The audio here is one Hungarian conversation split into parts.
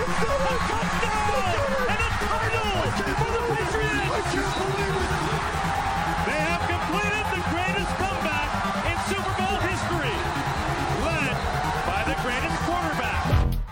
They have completed the greatest comeback in Super Bowl history, led by the greatest quarterback.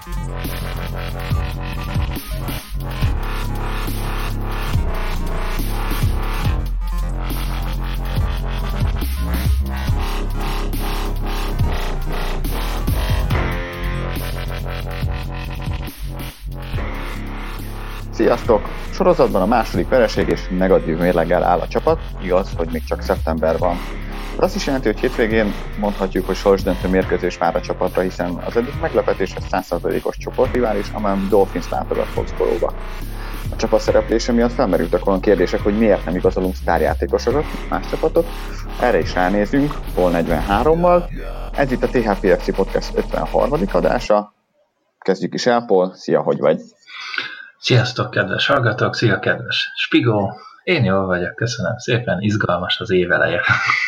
Sziasztok! Sorozatban a második vereség és negatív mérleggel áll a csapat, igaz, hogy még csak szeptember van. Ez azt is jelenti, hogy hétvégén mondhatjuk, hogy sorsdöntő mérkőzés vár a csapatra, hiszen az egyik meglepetésre 100%-os csoportrivális, amely Dolphins látogat Foxborough-ba. A csapat szereplése miatt felmerültek olyan kérdések, hogy miért nem igazolunk sztárjátékosokat, más csapatot. Erre is ránézünk, Paul 43-mal. Ez itt a THPFC Podcast 53. adása. Kezdjük is el, Paul, szia, hogy vagy? Sziasztok, kedves hallgatók! Szia, kedves Spigó! Én jól vagyok, köszönöm szépen, izgalmas az év eleje.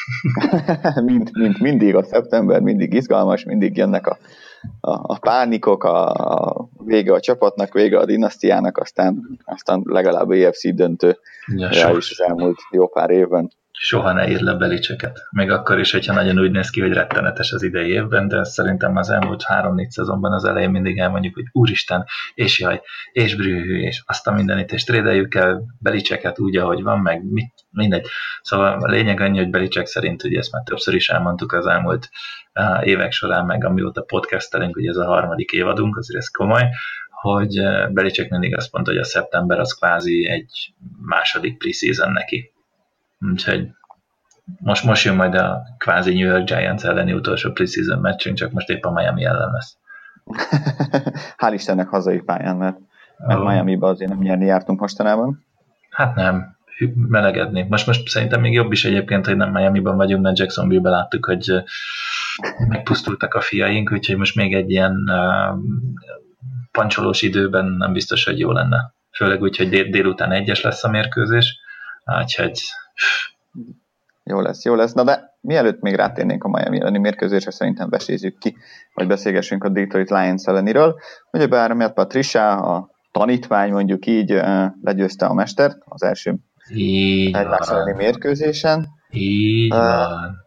mindig a szeptember, mindig izgalmas, mindig jönnek a pánikok, a vége a csapatnak, vége a dinasztiának, aztán legalább EFC döntő rá is az elmúlt jó pár évben. Soha ne írd le Belichicket. Még akkor is, hogyha nagyon úgy néz ki, hogy rettenetes az idei évben, de szerintem az elmúlt 3-4 szezonban az elején mindig elmondjuk, hogy úristen, és jaj, és brühű, és azt a mindenit, és trédeljük el Belichicket úgy, ahogy van, meg mindegy. Szóval a lényeg annyi, hogy Belichick szerint, ugye ezt már többször is elmondtuk az elmúlt évek során, meg amióta podcastelünk, ugye ez a 3. évadunk, azért ez komoly, hogy Belichick mindig azt mondta, hogy a szeptember az kvázi egy második preseason neki. Úgyhogy most jön majd a kvázi New York Giants elleni utolsó preseason meccsünk, csak most épp a Miami ellen lesz. Hál' Istennek hazai pályán, mert Miamiba azért nem nyerni jártunk mostanában. Hát nem, melegedni. Most szerintem még jobb is egyébként, hogy nem Miamiban vagyunk, mert Jacksonville-ben láttuk, hogy megpusztultak a fiaink, úgyhogy most még egy ilyen pancsolós időben nem biztos, hogy jó lenne. Főleg úgy, hogy délután 1-es lesz a mérkőzés. Úgyhogy... Jó lesz. Na de mielőtt még rátérnénk a Miami elleni mérkőzésre, szerintem vesézzük ki, vagy beszélgessünk a Detroit Lions elleniről. Ugyebár Matt Patricia, a tanítvány mondjuk így legyőzte a mestert az első egymás elleni mérkőzésen. Így van.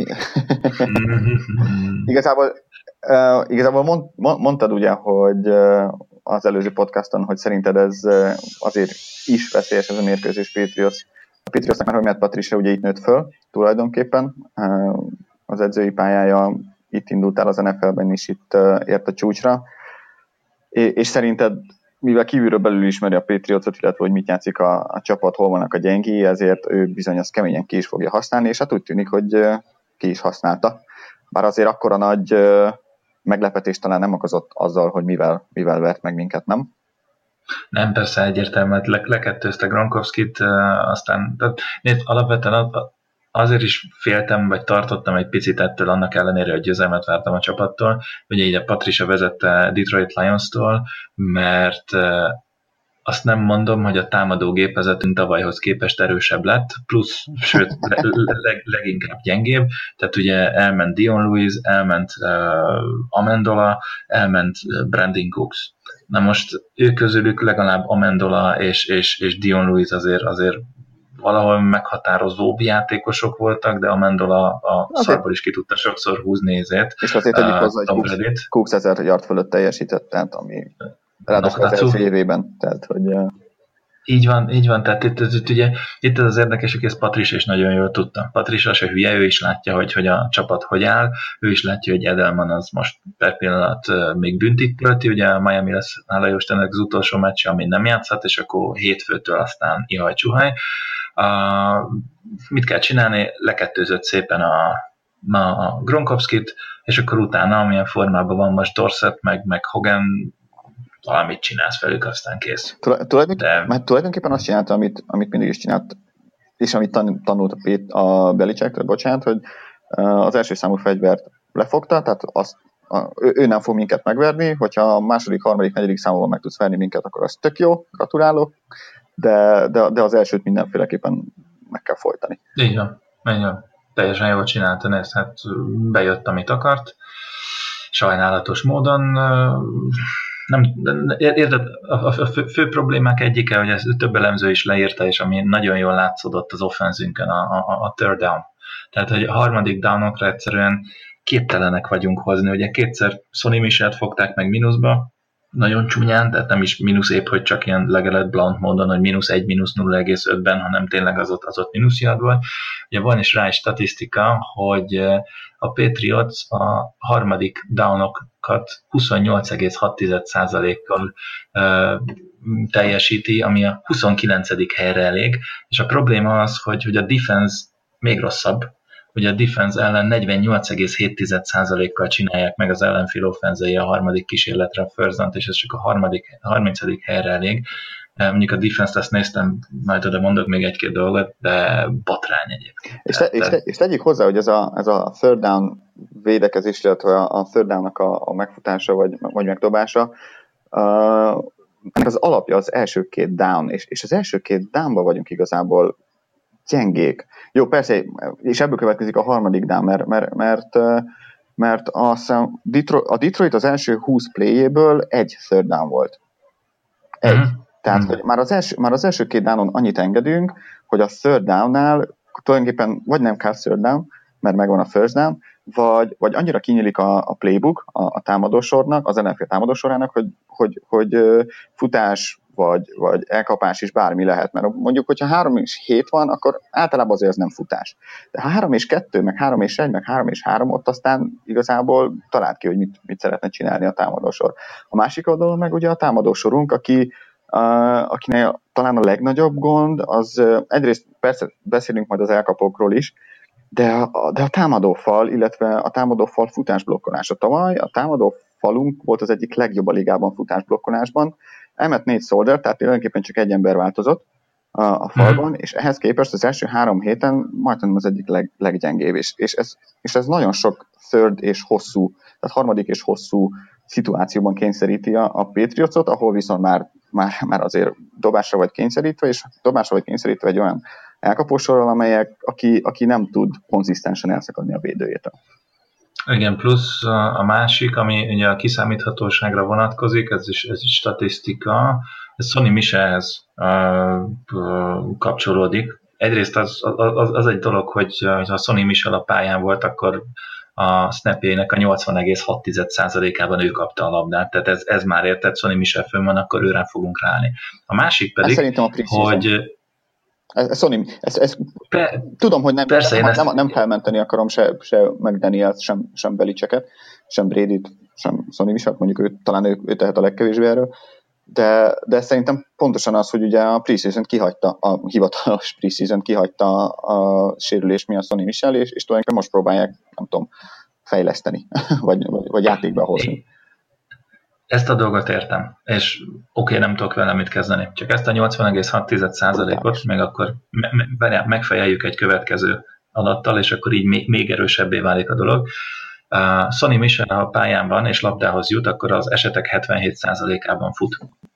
Igazából mondtad ugye, hogy az előző podcaston, hogy szerinted ez azért is veszélyes ez a mérkőzés a Patriotsnak, mert hogy Matt Patricia ugye itt nőtt föl tulajdonképpen. Az edzői pályája itt indult el az NFL-ben is, itt ért a csúcsra. És szerinted, mivel kívülről belül ismeri a Patriotsot, illetve hogy mit játszik a csapat, hol vannak a gyengéi, ezért ő bizony azt keményen ki is fogja használni, és hát úgy tűnik, hogy ki is használta. Bár azért akkora nagy meglepetés talán nem okozott azzal, hogy mivel vert meg minket, nem? Nem, persze egyértelműen lekettőzte Gronkowskit, aztán alapvetően azért is féltem, vagy tartottam egy picit ettől, annak ellenére, hogy győzelmet vártam a csapattól. Ugye ide Patricia vezette Detroit Lions-tól, mert azt nem mondom, hogy a támadó gépezetünk tavalyhoz képest erősebb lett, plusz, sőt, leginkább gyengébb. Tehát ugye elment Dion Lewis, elment Amendola, elment Brandon Cooks. Na most ők közülük legalább Amendola és Dion Lewis azért valahol meghatározóbb játékosok voltak, de Amendola a szarból is ki tudta sokszor húzni ezért. És azért tegyük hozzá, hogy Cooks 1000 yard fölött teljesített, tehát ami ráadásul az első évében. Tehát, hogy... Így van, tehát itt az érdekes, hogy ezt Patricia is nagyon jól tudta. Patricia se hülye, ő is látja, hogy a csapat hogy áll, ő is látja, hogy Edelman az most per pillanat még büntit tölti, ugye a Miami lesz, hála jó Istennek, az utolsó meccs, ami nem játszhat, és akkor hétfőtől aztán ihaj-csuhaj. Mit kell csinálni? Lekettőzött szépen a Gronkowskit, és akkor utána, amilyen formában van most Dorsett, meg Hogan, valamit csinálsz velük, aztán kész. Tulajdonképpen azt csinálta, amit mindig is csinált, és amit tanult a Belichicktől, bocsánat, hogy az első számú fegyvert lefogta, tehát ő nem fog minket megverni, hogyha a második, harmadik, negyedik számúval meg tudsz verni minket, akkor az tök jó, gratulálok, de az elsőt mindenféleképpen meg kell folytani. Így van. Teljesen jól csinálta ezt, hát bejött, amit akart, sajnálatos módon. érted, a fő problémák egyike, hogy ez több elemző is leírta, és ami nagyon jól látszódott az offenzünkön, a third down. Tehát, hogy a harmadik downokra egyszerűen képtelenek vagyunk hozni. Ugye kétszer Sonny Michelt fogták meg mínuszba, nagyon csúnyán, tehát nem is mínusz épp, hogy csak ilyen legalább blunt módon, hogy -1, -0,5-ben, hanem tényleg az ott mínuszjard volt. Ugye van is rá egy statisztika, hogy a Patriots a harmadik downokat 28,6%-kal teljesíti, ami a 29. helyre elég, és a probléma az, hogy a defense még rosszabb, ugye a defense ellen 48,7%-kal csinálják meg az ellenfél offenzei a harmadik kísérletre a first down-t, és ez csak a 30. helyre elég. Mondjuk a defense-t azt néztem, majd oda mondok még egy-két dolgot, de botrány egyébként. És tegyük hozzá, hogy ez a third down védekezés, illetve a third down-nak a megfutása vagy megdobása, ennek az alapja az első két down, és az első két downban vagyunk igazából gyengék. Jó, persze, és ebből következik a harmadik down, mert a Detroit az első 20 play-jéből egy third down volt. Tehát, hogy már az első két downon annyit engedünk, hogy a third downnál tulajdonképpen vagy nem kell third down, mert megvan a first down, vagy annyira kinyílik a playbook a támadósornak, az NFL támadósorának, hogy futás vagy elkapás is bármi lehet, mert mondjuk, hogyha 3 és 7 van, akkor általában azért az nem futás. De ha 3 és 2, meg 3 és 1, meg 3 és 3, ott aztán igazából talált ki, hogy mit szeretne csinálni a támadósor. A másik oldalon meg ugye a támadósorunk, akinél talán a legnagyobb gond, az egyrészt persze beszélünk majd az elkapókról is, de a támadófal, illetve a támadófal futásblokkolása. Tavaly a támadófalunk volt az egyik legjobb a ligában futásblokkolásban. Elment 4 Solder, tehát tulajdonképpen csak egy ember változott a falban, és ehhez képest az első 3 héten majdnem az egyik leggyengébb. És ez nagyon sok third és hosszú, tehát harmadik és hosszú szituációban kényszeríti a Patriotsot, ahol viszont már azért dobásra vagy kényszerítve egy olyan elkapósorral, aki nem tud konzisztensen elszakadni a védőjétől. Igen, plusz a másik, ami ugye a kiszámíthatóságra vonatkozik, ez is statisztika, ez Sonny Michelhez kapcsolódik. Egyrészt az egy dolog, hogy ha Sonny Michel a pályán volt, akkor a snapjének a 80,6%-ában ő kapta a labdát, tehát ez már érted, Sonny Michel fönn van, akkor őre fogunk ráállni. A másik pedig, hogy... Tudom, hogy nem felmenteni akarom se McDaniels, sem Belichicket, sem Bradyt, sem Sonny Michelt, mondjuk talán ő tehet a legkevésbé erről, de szerintem pontosan az, hogy ugye a preseason kihagyta, a hivatalos preseason kihagyta a sérülés miatt Sonny Michel, és tulajdonképpen most próbálják, nem tudom, fejleszteni, vagy játékba hozni. Ezt a dolgot értem, és nem tudok vele mit kezdeni. Csak ezt a 80,6%-ot meg akkor megfejeljük egy következő adattal, és akkor így még erősebbé válik a dolog. Sonny Michel, ha a pályán van és labdához jut, akkor az esetek 77%-ában fut.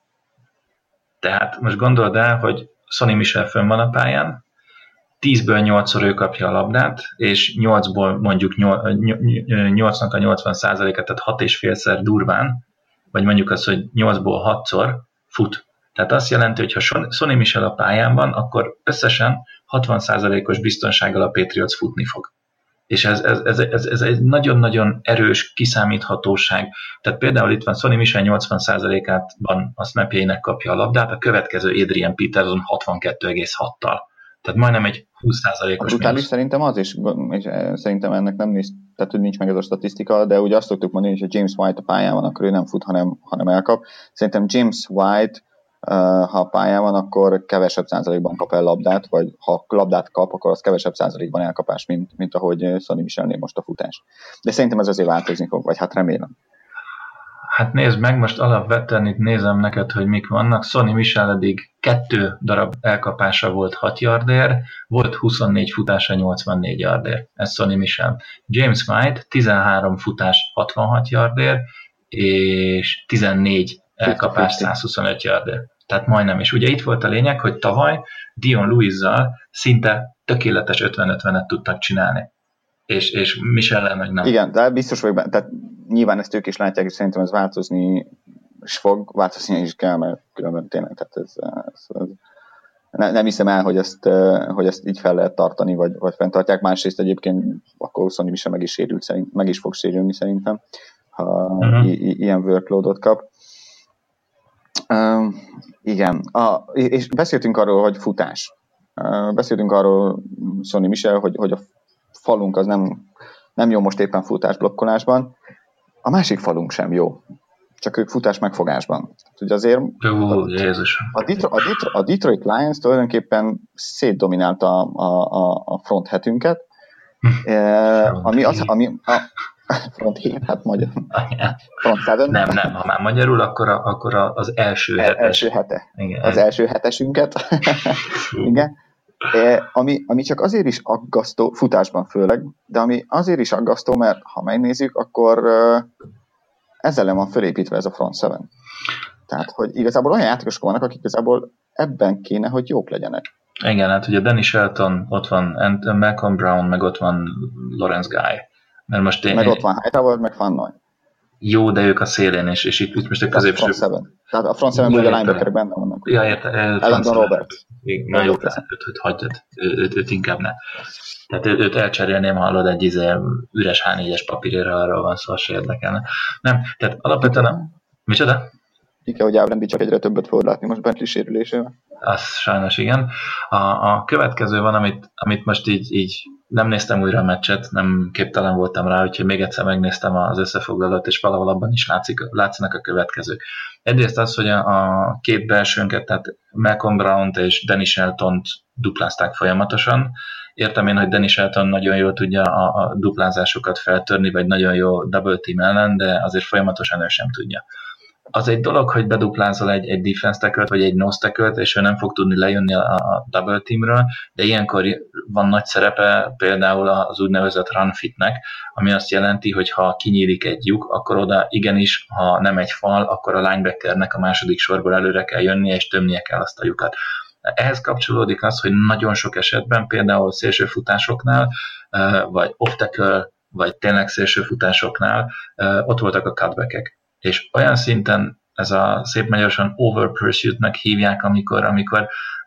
Tehát most gondold el, hogy Sonny Michel fönn van a pályán, 10-ből 8-szor ő kapja a labdát, és 8-ból mondjuk 8-nak a 80%-et, tehát 6,5-szer durván, vagy mondjuk az, hogy 8-ból 6-szor fut. Tehát azt jelenti, hogy ha Sonny Michel a pályán van, akkor összesen 60%-os biztonsággal a Patriots futni fog. És ez egy nagyon-nagyon erős kiszámíthatóság. Tehát például itt van Sonny Michel 80%-ában a snapjeinek kapja a labdát, a következő Adrian Peterson 62,6-tal. Tehát majdnem egy 20%-os brutális szerintem az is, és szerintem ennek nem néz, tehát hogy nincs meg ez a statisztika, de ugye azt szoktuk mondani, hogy ha James White a pályán van, akkor ő nem fut, hanem elkap. Szerintem James White, ha a pályán van, akkor kevesebb százalékban kap el labdát, vagy ha labdát kap, akkor az kevesebb százalékban elkapás, mint ahogy Sonny Michelnél most a futás. De szerintem ez azért változni fog, vagy hát remélem. Hát nézd meg, most alapvetően itt nézem neked, hogy mik vannak. Sonny Michel eddig 2 darab elkapása volt 6 yardért, volt 24 futása 84 yardért. Ez Sonny Michel. James White 13 futás 66 yardért, és 14 elkapás 125 yardért. Tehát majdnem is. Ugye itt volt a lényeg, hogy tavaly Dion Lewis-zal szinte tökéletes 50-50-et tudtak csinálni. És Michel meg nem. Igen, de biztos vagyok benne. Tehát nyilván ezt ők is látják, és szerintem ez változni is fog, változtatni is kell, mert különben tényleg, tehát ez nem hiszem el, hogy ezt így fel lehet tartani, vagy fenntartják. Másrészt egyébként akkor Sonny Michel meg is fog sérülni szerintem, ha ilyen workloadot kap. Igen, és beszéltünk arról, hogy futás. Beszéltünk arról, Sonny Michel, hogy a falunk az nem jó most éppen futásblokkolásban. A másik falunk sem jó. Csak ők futás megfogásban. Ugye azért a Detroit Lions tulajdonképpen szétdominálta a front hetünket, ami front 7, hát magyar. Front 7. Nem, ha már magyarul, akkor az első hete. Igen, az első hetesünket. Igen. Ami csak azért is aggasztó, futásban főleg, de ami azért is aggasztó, mert ha megnézzük, akkor ezzel nem van fölépítve ez a front 7. Tehát, hogy igazából olyan játékosok vannak, akik igazából ebben kéne, hogy jók legyenek. Igen, hát ugye Danny Shelton, ott van Malcolm Brown, meg ott van Lawrence Guy. Mert most meg ott van Hightower, meg Van Noy. Jó, de ők a szélén, és itt most a középső... Tehát a front 7-ből a linebackerek benne vannak. Ja, értem. Elandon Roberts. Már jobb lesz, hogy hagyjad, őt inkább ne. Tehát őt elcserélném, hallod, egy üres H4-es papírére, arról van szó, se érdekelne. Nem, tehát alapvetően... Micsoda? Ki kell, hogy Ábrendi csak egyre többet fog látni most Bentley sérülésével. Az sajnos igen. A következő van, amit most így nem néztem újra a meccset, nem képtelen voltam rá, úgyhogy még egyszer megnéztem az összefoglalót, és valahol abban is látszanak a következők. Egyrészt az, hogy a két belsőnket, tehát Malcolm Brownt és Danny Sheltont duplázták folyamatosan. Értem én, hogy Danny Shelton nagyon jól tudja a duplázásokat feltörni, vagy nagyon jó double team ellen, de azért folyamatosan ő sem tudja. Az egy dolog, hogy beduplázol egy defense tackle-t, vagy egy nose tackle-t, és ő nem fog tudni lejönni a double teamről, de ilyenkor van nagy szerepe például az úgynevezett run fitnek, ami azt jelenti, hogy ha kinyílik egy lyuk, akkor oda igenis, ha nem egy fal, akkor a linebackernek a második sorból előre kell jönnie, és tömnie kell azt a lyukat. Ehhez kapcsolódik az, hogy nagyon sok esetben, például szélsőfutásoknál, vagy off tackle, vagy tényleg szélsőfutásoknál ott voltak a cutback-ek. És olyan szinten ez a szép magyarosan over pursuit-nek hívják, amikor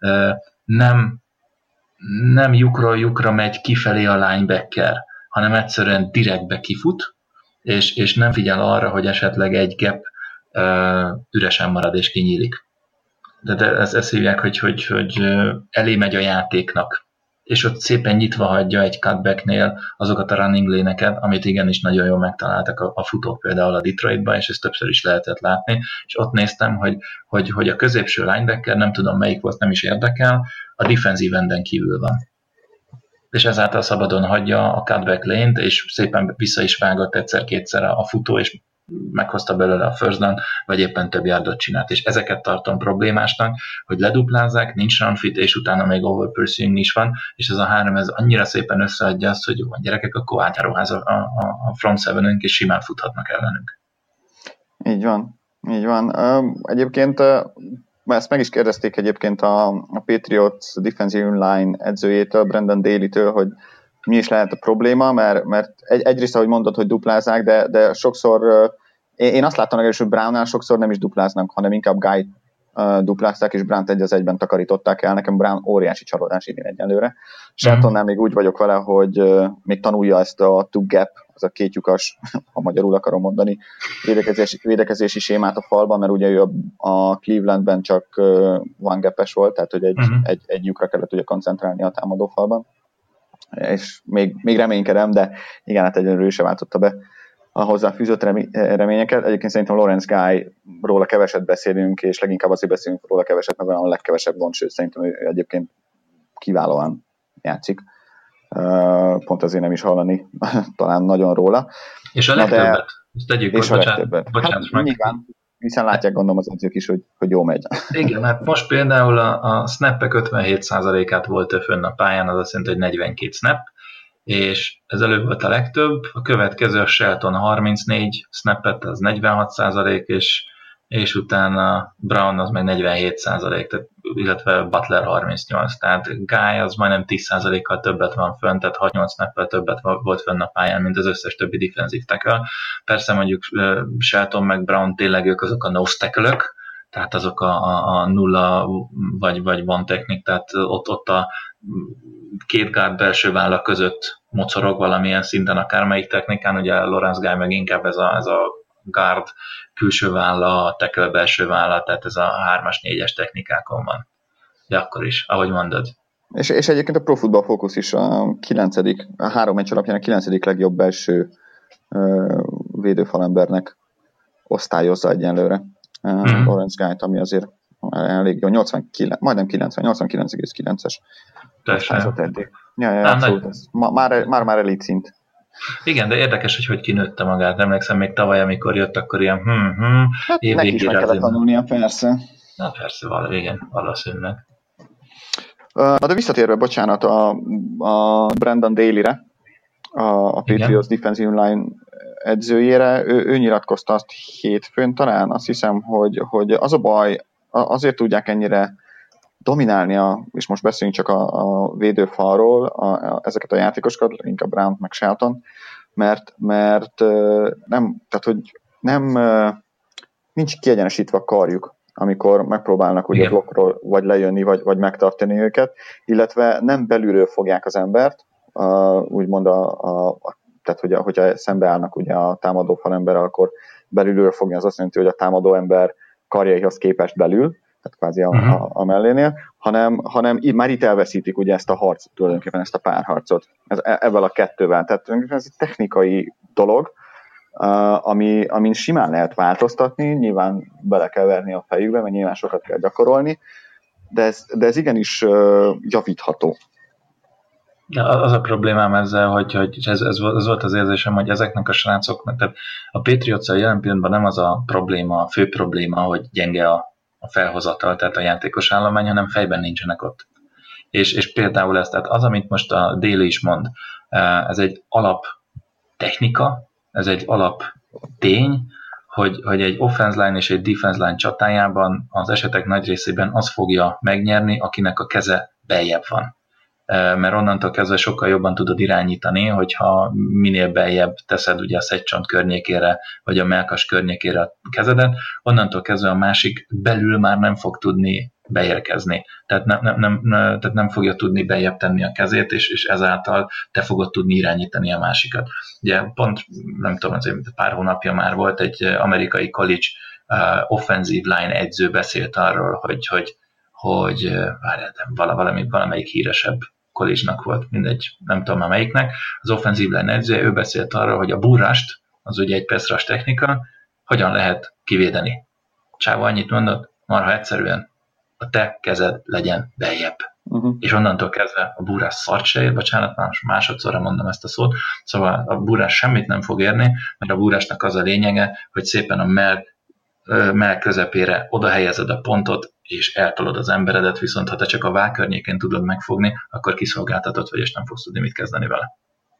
nem lyukról lyukra megy kifelé a linebacker, hanem egyszerűen direktbe kifut, és nem figyel arra, hogy esetleg egy gap üresen marad és kinyílik. De ezt hívják, hogy elé megy a játéknak, és ott szépen nyitva hagyja egy cutbacknél azokat a running lane-eket, amit igenis nagyon jól megtaláltak a futók például a Detroitban, és ezt többször is lehetett látni, és ott néztem, hogy a középső linebacker, nem tudom melyik volt, nem is érdekel, a defensive enden kívül van. És ezáltal szabadon hagyja a cutback lane-t, és szépen vissza is vágott egyszer-kétszer a futó, és meghozta belőle a first down, vagy éppen több yardot csinált. És ezeket tartom problémásnak, hogy leduplázzák, nincs run fit, és utána még over pursuing is van, és ez a három ez annyira szépen összeadja azt, hogy jó, a gyerekek, akkor átjáróház a front seven-ünk, és simán futhatnak ellenünk. Így van. Egyébként ezt meg is kérdezték egyébként a Patriots defensive line edzőjétől, Brandon Daly-től, hogy mi is lehet a probléma, mert egyrészt, ahogy mondod, hogy duplázzák, de sokszor, én azt láttam legalábbis, hogy Brownnál sokszor nem is dupláznak, hanem inkább Guy duplázták, és Brownt egy az egyben takarították el. Nekem Brown óriási csalódás idén egyelőre. Sheltonnál még úgy vagyok vele, hogy még tanulja ezt a two gap, az a két lyukas, ha magyarul akarom mondani, védekezési sémát a falban, mert ugye ő a Clevelandben csak one gap-es volt, tehát hogy egy lyukra kellett ugye koncentrálni a támadó falban. És még reménykedem, de igen, hát egyelőre ő sem váltotta be a hozzáfűzött reményeket. Egyébként szerintem Lawrence Guy-ról keveset beszélünk, és leginkább azért beszélünk róla keveset, mert a legkevesebb gond, sőt szerintem ő egyébként kiválóan játszik. Pont azért nem is hallani talán nagyon róla. És a legtöbbet. Ezt tegyük, és a legtöbbet. Hát nyilván, hiszen látják gondolom az edzők is, hogy jó megy. Igen, hát most például a snappek 57%-át volt fönn a pályán, az azt jelenti, hogy 42 snap, és ez előbb volt a legtöbb, a következő a Shelton 34 snappet, az 46%, és utána Brown az meg 47%, tehát illetve Butler 38, tehát Guy az majdnem 10%-kal többet van fönn, tehát 6-8 snappel többet volt fönn a pályán, mint az összes többi defensive tackle. Persze mondjuk Shelton meg Brown tényleg ők azok a nose tackle-ök, tehát azok a nulla vagy van technik, tehát ott a két guard belső válla között mocorog valamilyen szinten akármelyik technikán, ugye Lawrence Guy meg inkább ez a guard külső válla, a tackle belső válla, tehát ez a 3-as, 4-es technikákon van. De akkor is, ahogy mondod. És egyébként a Pro Football Focus is a 3 meccs alapján a 9. legjobb belső védőfalembernek osztályozza egyenlőre Lawrence Guy-t, ami azért elég jó, 89, majdnem 89,9-es osztályzott eddig. Már elit szint. Igen, de érdekes, hogy kinőtte magát. Emlékszem, még tavaly, amikor jött, akkor ilyen hát neki is meg kellett tanulnia, persze. Na persze, igen, valószínűleg. De visszatérve, bocsánat, a Brandon Daly-re, a Patriots Defensive Line edzőjére, ő nyilatkozta azt hétfőn talán, azt hiszem, hogy az a baj, azért tudják ennyire dominálni, és most beszéljünk csak a védőfalról, ezeket a játékosokat, inkább Brown meg Shelton, mert nem, tehát hogy nem nincs kiegyenesítve a karjuk, amikor megpróbálnak ugye blokkról vagy lejönni, vagy megtartani őket, illetve nem belülről fogják az embert, úgymond tehát hogyha szembeállnak ugye a támadó falemberrel, akkor belülről fogja, az azt jelenti, hogy a támadó ember karjaihoz képest belül, tehát kvázi a mellénél, hanem már itt elveszítik ugye ezt a harcot, tulajdonképpen ezt a párharcot, ebben a kettővel. Tehát tulajdonképpen ez egy technikai dolog, amin simán lehet változtatni, nyilván bele kell verni a fejükbe, mert nyilván sokat kell gyakorolni, de ez igenis javítható. Az a problémám ezzel, hogy ez volt az érzésem, hogy ezeknek a srácoknak, tehát a Patriots-al jelen pillanatban nem az a probléma, a fő probléma, hogy gyenge a felhozatal, tehát a játékos állomány, hanem fejben nincsenek ott. És például ez, tehát az, amit most a Daly is mond, ez egy alap technika, ez egy alap tény, hogy egy offense line és egy defense line csatájában az esetek nagy részében az fogja megnyerni, akinek a keze beljebb van. Mert onnantól kezdve sokkal jobban tudod irányítani, hogyha minél beljebb teszed ugye a szegycsont környékére, vagy a mellkas környékére a kezedet, onnantól kezdve a másik belül már nem fog tudni beérkezni. Tehát nem fogja tudni beljebb tenni a kezét, és ezáltal te fogod tudni irányítani a másikat. Ugye pont, nem tudom, azért pár hónapja már volt egy amerikai college offensive line edző beszélt arról, hogy valamelyik híresebb college-nak volt, mindegy, nem tudom már melyiknek, az offensive line edzője, ő beszélt arról, hogy a burrast, az ugye egy pass rush technika, hogyan lehet kivédeni. Csávó annyit mondott, marha egyszerűen a te kezed legyen beljebb. És onnantól kezdve a burrás szart se ér, bocsánat, már másodszorra mondom ezt a szót, szóval a burrás semmit nem fog érni, mert a burrásnak az a lényege, hogy szépen a mell közepére oda helyezed a pontot, és eltolod az emberedet, viszont ha te csak a váll környékén tudod megfogni, akkor kiszolgáltatott vagy, és nem fogsz tudni mit kezdeni vele.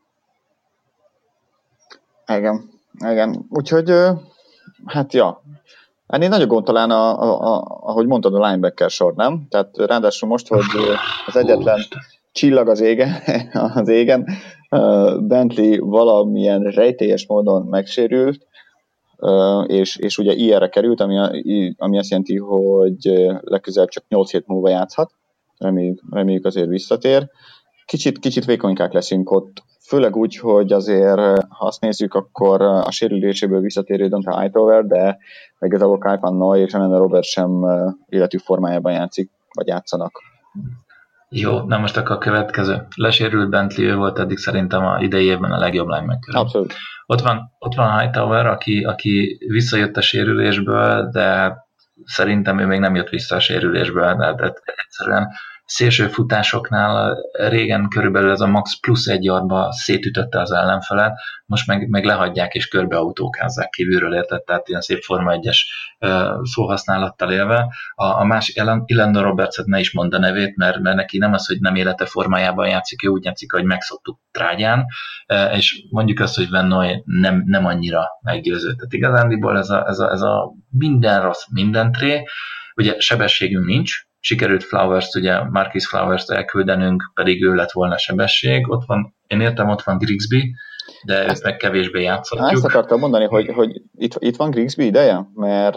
Igen. Úgyhogy, hát ja. Ennél nagyobb gond talán, ahogy mondtad, a linebacker sor, nem? Tehát ráadásul most, hogy az egyetlen csillag az égen, Bentley valamilyen rejtélyes módon megsérült, és ugye IR-re került, ami azt jelenti, hogy legközelebb csak 8 hét múlva játszhat. Reméljük azért visszatér. Kicsit vékonykák leszünk ott, főleg úgy, hogy azért, ha azt nézzük, akkor a sérüléséből visszatérő Donta Hightower, de igazából Kyle Van Noy és Amanda Roberts sem életük formájában játszik, vagy játszanak. Jó, na most akkor a következő. Lesérült Bentley, ő volt eddig szerintem a idei évben a legjobb linebacker. Abszolút. Ott van Hightower, aki visszajött a sérülésből, de szerintem ő még nem jött vissza a sérülésből, de egyszerűen szélső futásoknál régen körülbelül ez a max plusz 1 yardba szétütötte az ellenfelet, most meg lehagyják és körbeautókázzák kívülről, érted? Tehát ilyen szép Forma 1-es szóhasználattal élve. A másik Elandon Robertset ne is mondd a nevét, mert neki nem az, hogy nem élete formájában játszik, ő úgy játszik, hogy megszoktuk trágyán, és mondjuk azt, hogy Van Noy nem annyira meggyőző. Tehát igazándiból ez a minden rossz, minden tré, ugye sebességünk nincs, sikerült Flowers-t, ugye Marquis Flowers-t elküldenünk, pedig ő lett volna sebesség. Ott van, én értem, ott van Grigsby, de őt meg kevésbé játszhatjuk. Ezt akartam mondani, hogy itt van Grigsby ideje,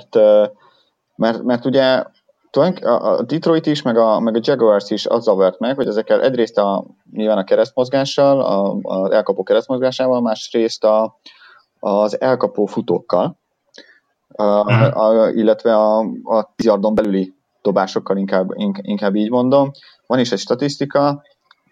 mert ugye a Detroit is, meg a Jaguars is az zavart meg, hogy ezekkel egyrészt nyilván a keresztmozgással, az elkapó keresztmozgásával, másrészt az elkapó futókkal, illetve a 10 yardon belüli dobásokkal, inkább így mondom. Van is egy statisztika,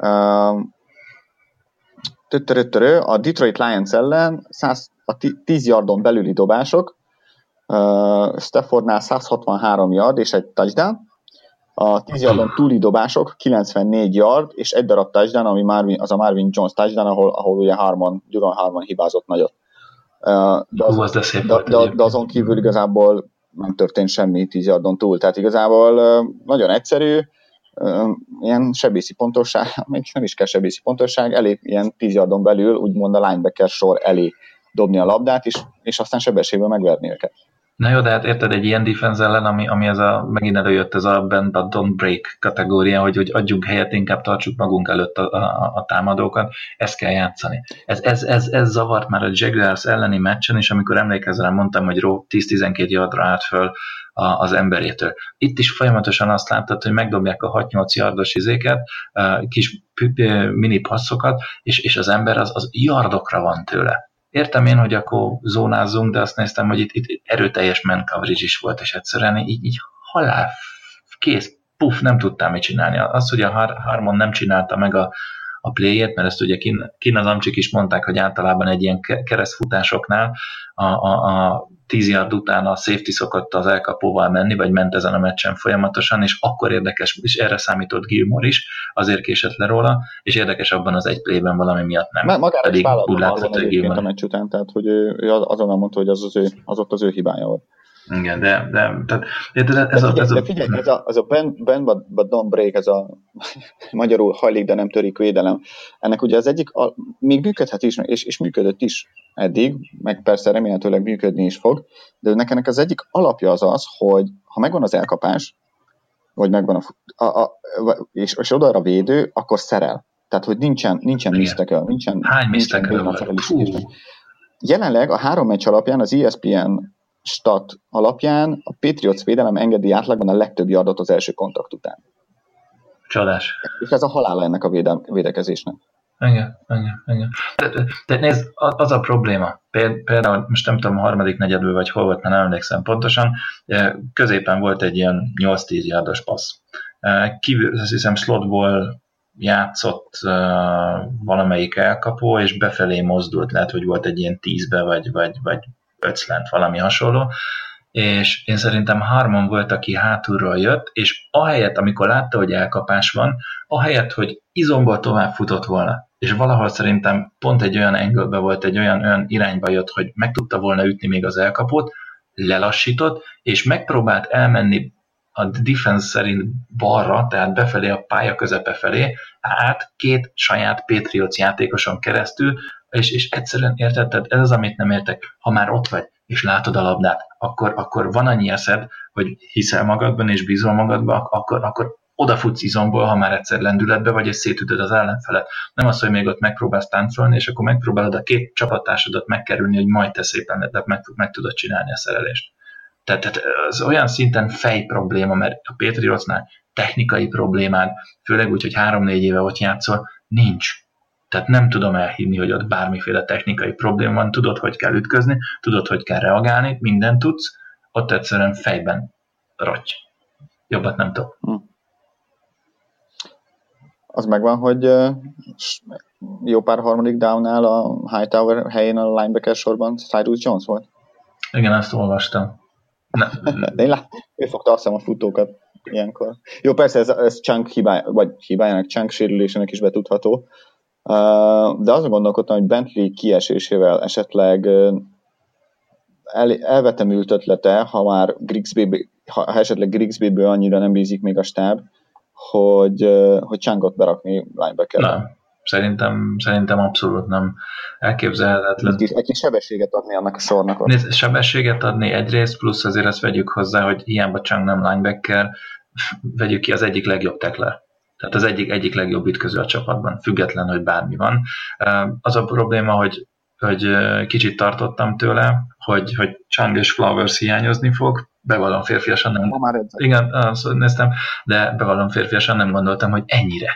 a Detroit Lions ellen a 10 yardon belüli dobások, Staffordnál 163 yard és egy touchdown, a 10 yardon túli dobások 94 yard és egy darab touchdown, ami az a Marvin Jones touchdown, ahol ugye Duran Harmon hibázott nagyot. De azon kívül igazából nem történt semmi 10 yardon túl, tehát igazából nagyon egyszerű, ilyen sebészi pontosság, még nem is kell sebészi pontosság, elég ilyen 10 yardon belül úgymond a linebacker sor elé dobni a labdát, és aztán sebességből megverni őket. Na jó, de hát érted, egy ilyen defense ellen, ami megint előjött ez a bend but don't break kategória, hogy adjunk helyet, inkább tartsuk magunk előtt a támadókat, ezt kell játszani. Ez zavart már a Jaguars elleni meccsen, és amikor emlékezzel, mondtam, hogy 10-12 yardra állt föl az emberétől. Itt is folyamatosan azt láttad, hogy megdobják a 6-8 yardos izéket, kis mini passzokat, és az ember az yardokra van tőle. Értem én, hogy akkor zónázzunk, de azt néztem, hogy itt erőteljes man coverage is volt, és egyszerűen így halál, kész, puff, nem tudtam mit csinálni. Az, hogy a Harmon nem csinálta meg a playét, mert ezt ugye kin az amcsik is mondták, hogy általában egy ilyen keresztfutásoknál a 10 yard után a safety szokott az elkapóval menni, vagy ment ezen a meccsen folyamatosan, és akkor érdekes, és erre számított Gilmore is, azért késett le róla, és érdekes abban az egy playben valami miatt nem. Magára is vállalta azon egyébként a meccs után, tehát hogy ő azonnal mondta, hogy az ott az ő hibája volt. Igen, de figyelj, ez a bend but don't break, ez a magyarul hajlik, de nem törik védelem. Ennek ugye az egyik, még működhet is, és működött is eddig, meg persze remélhetőleg működni is fog, de ennek az egyik alapja az, hogy ha megvan az elkapás, vagy megvan és oda a védő, akkor szerel. Tehát, hogy nincsen misztekel. Hány misztekel van? Jelenleg a 3 meccs alapján az ESPN stat alapján a Patriots védelem engedi átlagban a legtöbb yardot az első kontakt után. Csodás. És ez a halála ennek a védekezésnek. Igen. De nézd, az a probléma. Például most nem tudom, a harmadik negyedből vagy hol volt, mert nem emlékszem pontosan, középen volt egy ilyen 8-10 yardos passz. Kívül, azt hiszem, slotból játszott valamelyik elkapó, és befelé mozdult, lehet, hogy volt egy ilyen 10-be, vagy 5 slant, valami hasonló, és én szerintem Harmon volt, aki hátulról jött, és ahelyett, amikor látta, hogy elkapás van, ahelyett, hogy izomból tovább futott volna, és valahol szerintem pont egy olyan angle-be volt, egy olyan irányba jött, hogy meg tudta volna ütni még az elkapót, lelassított, és megpróbált elmenni a defense szerint balra, tehát befelé a pálya közepe felé, át 2 saját Patriots játékoson keresztül, és egyszerűen érted, ez az, amit nem értek, ha már ott vagy, és látod a labdát, akkor van annyi eszed, hogy hiszel magadban, és bízol magadban, akkor odafutsz izomból, ha már egyszer lendületbe vagy, és szétütöd az ellenfelet. Nem az, hogy még ott megpróbálsz táncolni, és akkor megpróbálod a 2 csapattársadat megkerülni, hogy majd te szépen meg tudod csinálni a szerelést. Tehát az olyan szinten fej probléma, mert a Patriotsnál technikai problémád, főleg úgy, hogy 3-4 éve ott játszol, nincs. Tehát nem tudom elhinni, hogy ott bármiféle technikai probléma van, tudod, hogy kell ütközni, tudod, hogy kell reagálni, mindent tudsz, ott egyszerűen fejben rotty. Jobbat nem tudok. Az megvan, hogy jó pár harmadik downnál a Hightower helyén a linebacker sorban Cyrus Jones volt? Igen, azt olvastam. Ő fogta azt hiszem a futókat ilyenkor. Jó, persze ez Chunk hibájának, Chunk sérülésének is betudható, de azon gondolkodtam, hogy Bentley kiesésével esetleg elvetemült ötlete, ha esetleg Grigsbyből annyira nem bízik még a stáb, hogy Chunkot berakni linebackerre. Nem. Szerintem abszolút nem elképzelhetetlen. Egy kis sebességet adni annak a sornak. Sebességet adni egyrészt, plusz azért ezt vegyük hozzá, hogy hiába Chunk nem linebacker, vegyük ki az egyik legjobb tackler. Tehát az egyik legjobb ütköző a csapatban, független, hogy bármi van. Az a probléma, hogy kicsit tartottam tőle, hogy Chung és Flowers hiányozni fog, bevallom férfiasan nem... Igen, azt néztem, de bevallom férfiasan nem gondoltam, hogy ennyire.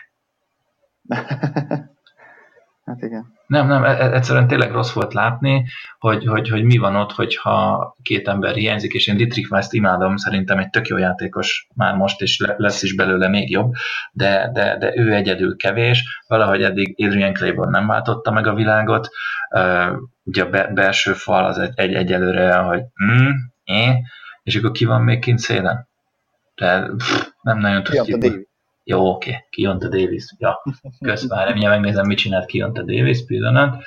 Hát igen. Nem, egyszerűen tényleg rossz volt látni, hogy mi van ott, hogyha két ember hiányzik, és én Dietrich Weiss-t imádom, szerintem egy tök jó játékos már most, és lesz is belőle még jobb, de ő egyedül kevés, valahogy eddig Adrian Claiborne nem váltotta meg a világot, ugye a belső fal az egyelőre, hogy és akkor ki van még kint szélen? De nem nagyon tudjuk. Jó, oké. Kionta Davis. Ja, közben megnézem, mit csinált Kionta Davis, pillanat.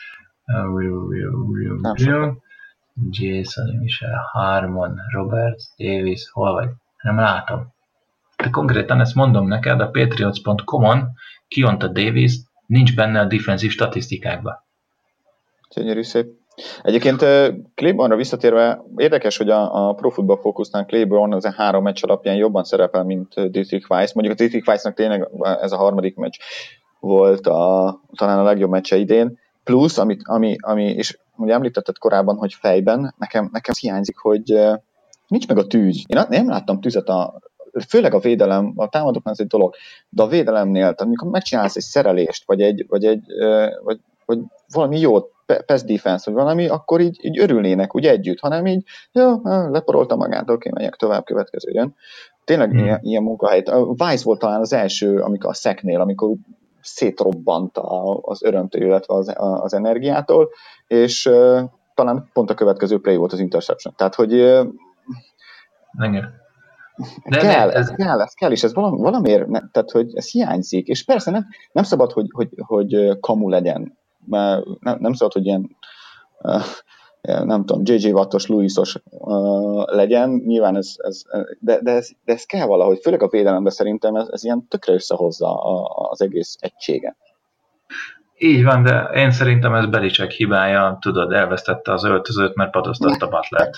Jason Michel, Harmon, Roberts, Davis, hol vagy? Nem látom. De konkrétan ezt mondom neked, a Patriots.com-on Kionta Davis nincs benne a defensív statisztikákban. Gyönyörű szép. Egyébként Claiborne-ra visszatérve, érdekes, hogy a Pro Football Focusnál Claiborne az a 3 meccs alapján jobban szerepel, mint Dietrich Weiss. Mondjuk a Dietrich Weissnak tényleg ez a harmadik meccs volt talán a legjobb meccse idén. Plusz, ami és ugye említetted korábban, hogy fejben, nekem hiányzik, hogy nincs meg a tűz. Én nem láttam tüzet főleg a védelem, a támadóknál ez egy dolog, de a védelemnél, tehát amikor megcsinálsz egy szerelést, vagy valami jót, pass defense, vagy valami, akkor így örülnének úgy együtt, hanem így, leporolta magát, oké, megyek tovább, következő jön. Tényleg ilyen munkahelyet. Weiss volt talán az első, amikor a sacknél, amikor szétrobbant az örömtől, illetve az energiától, és talán pont a következő play volt az interception. Tehát, hogy ez kell, és ez valamiért, tehát, hogy ez hiányzik, és persze nem szabad, hogy kamu legyen, mert nem szabad, hogy ilyen nem tudom, J.J. Wattos, Lewisos legyen, nyilván de ez kell valahogy, főleg a védelemben szerintem ez ilyen tökre összehozza az egész egységet. Így van, de én szerintem ez Belichick hibája, tudod, elvesztette az öltözőt, mert padoztatta Butlert.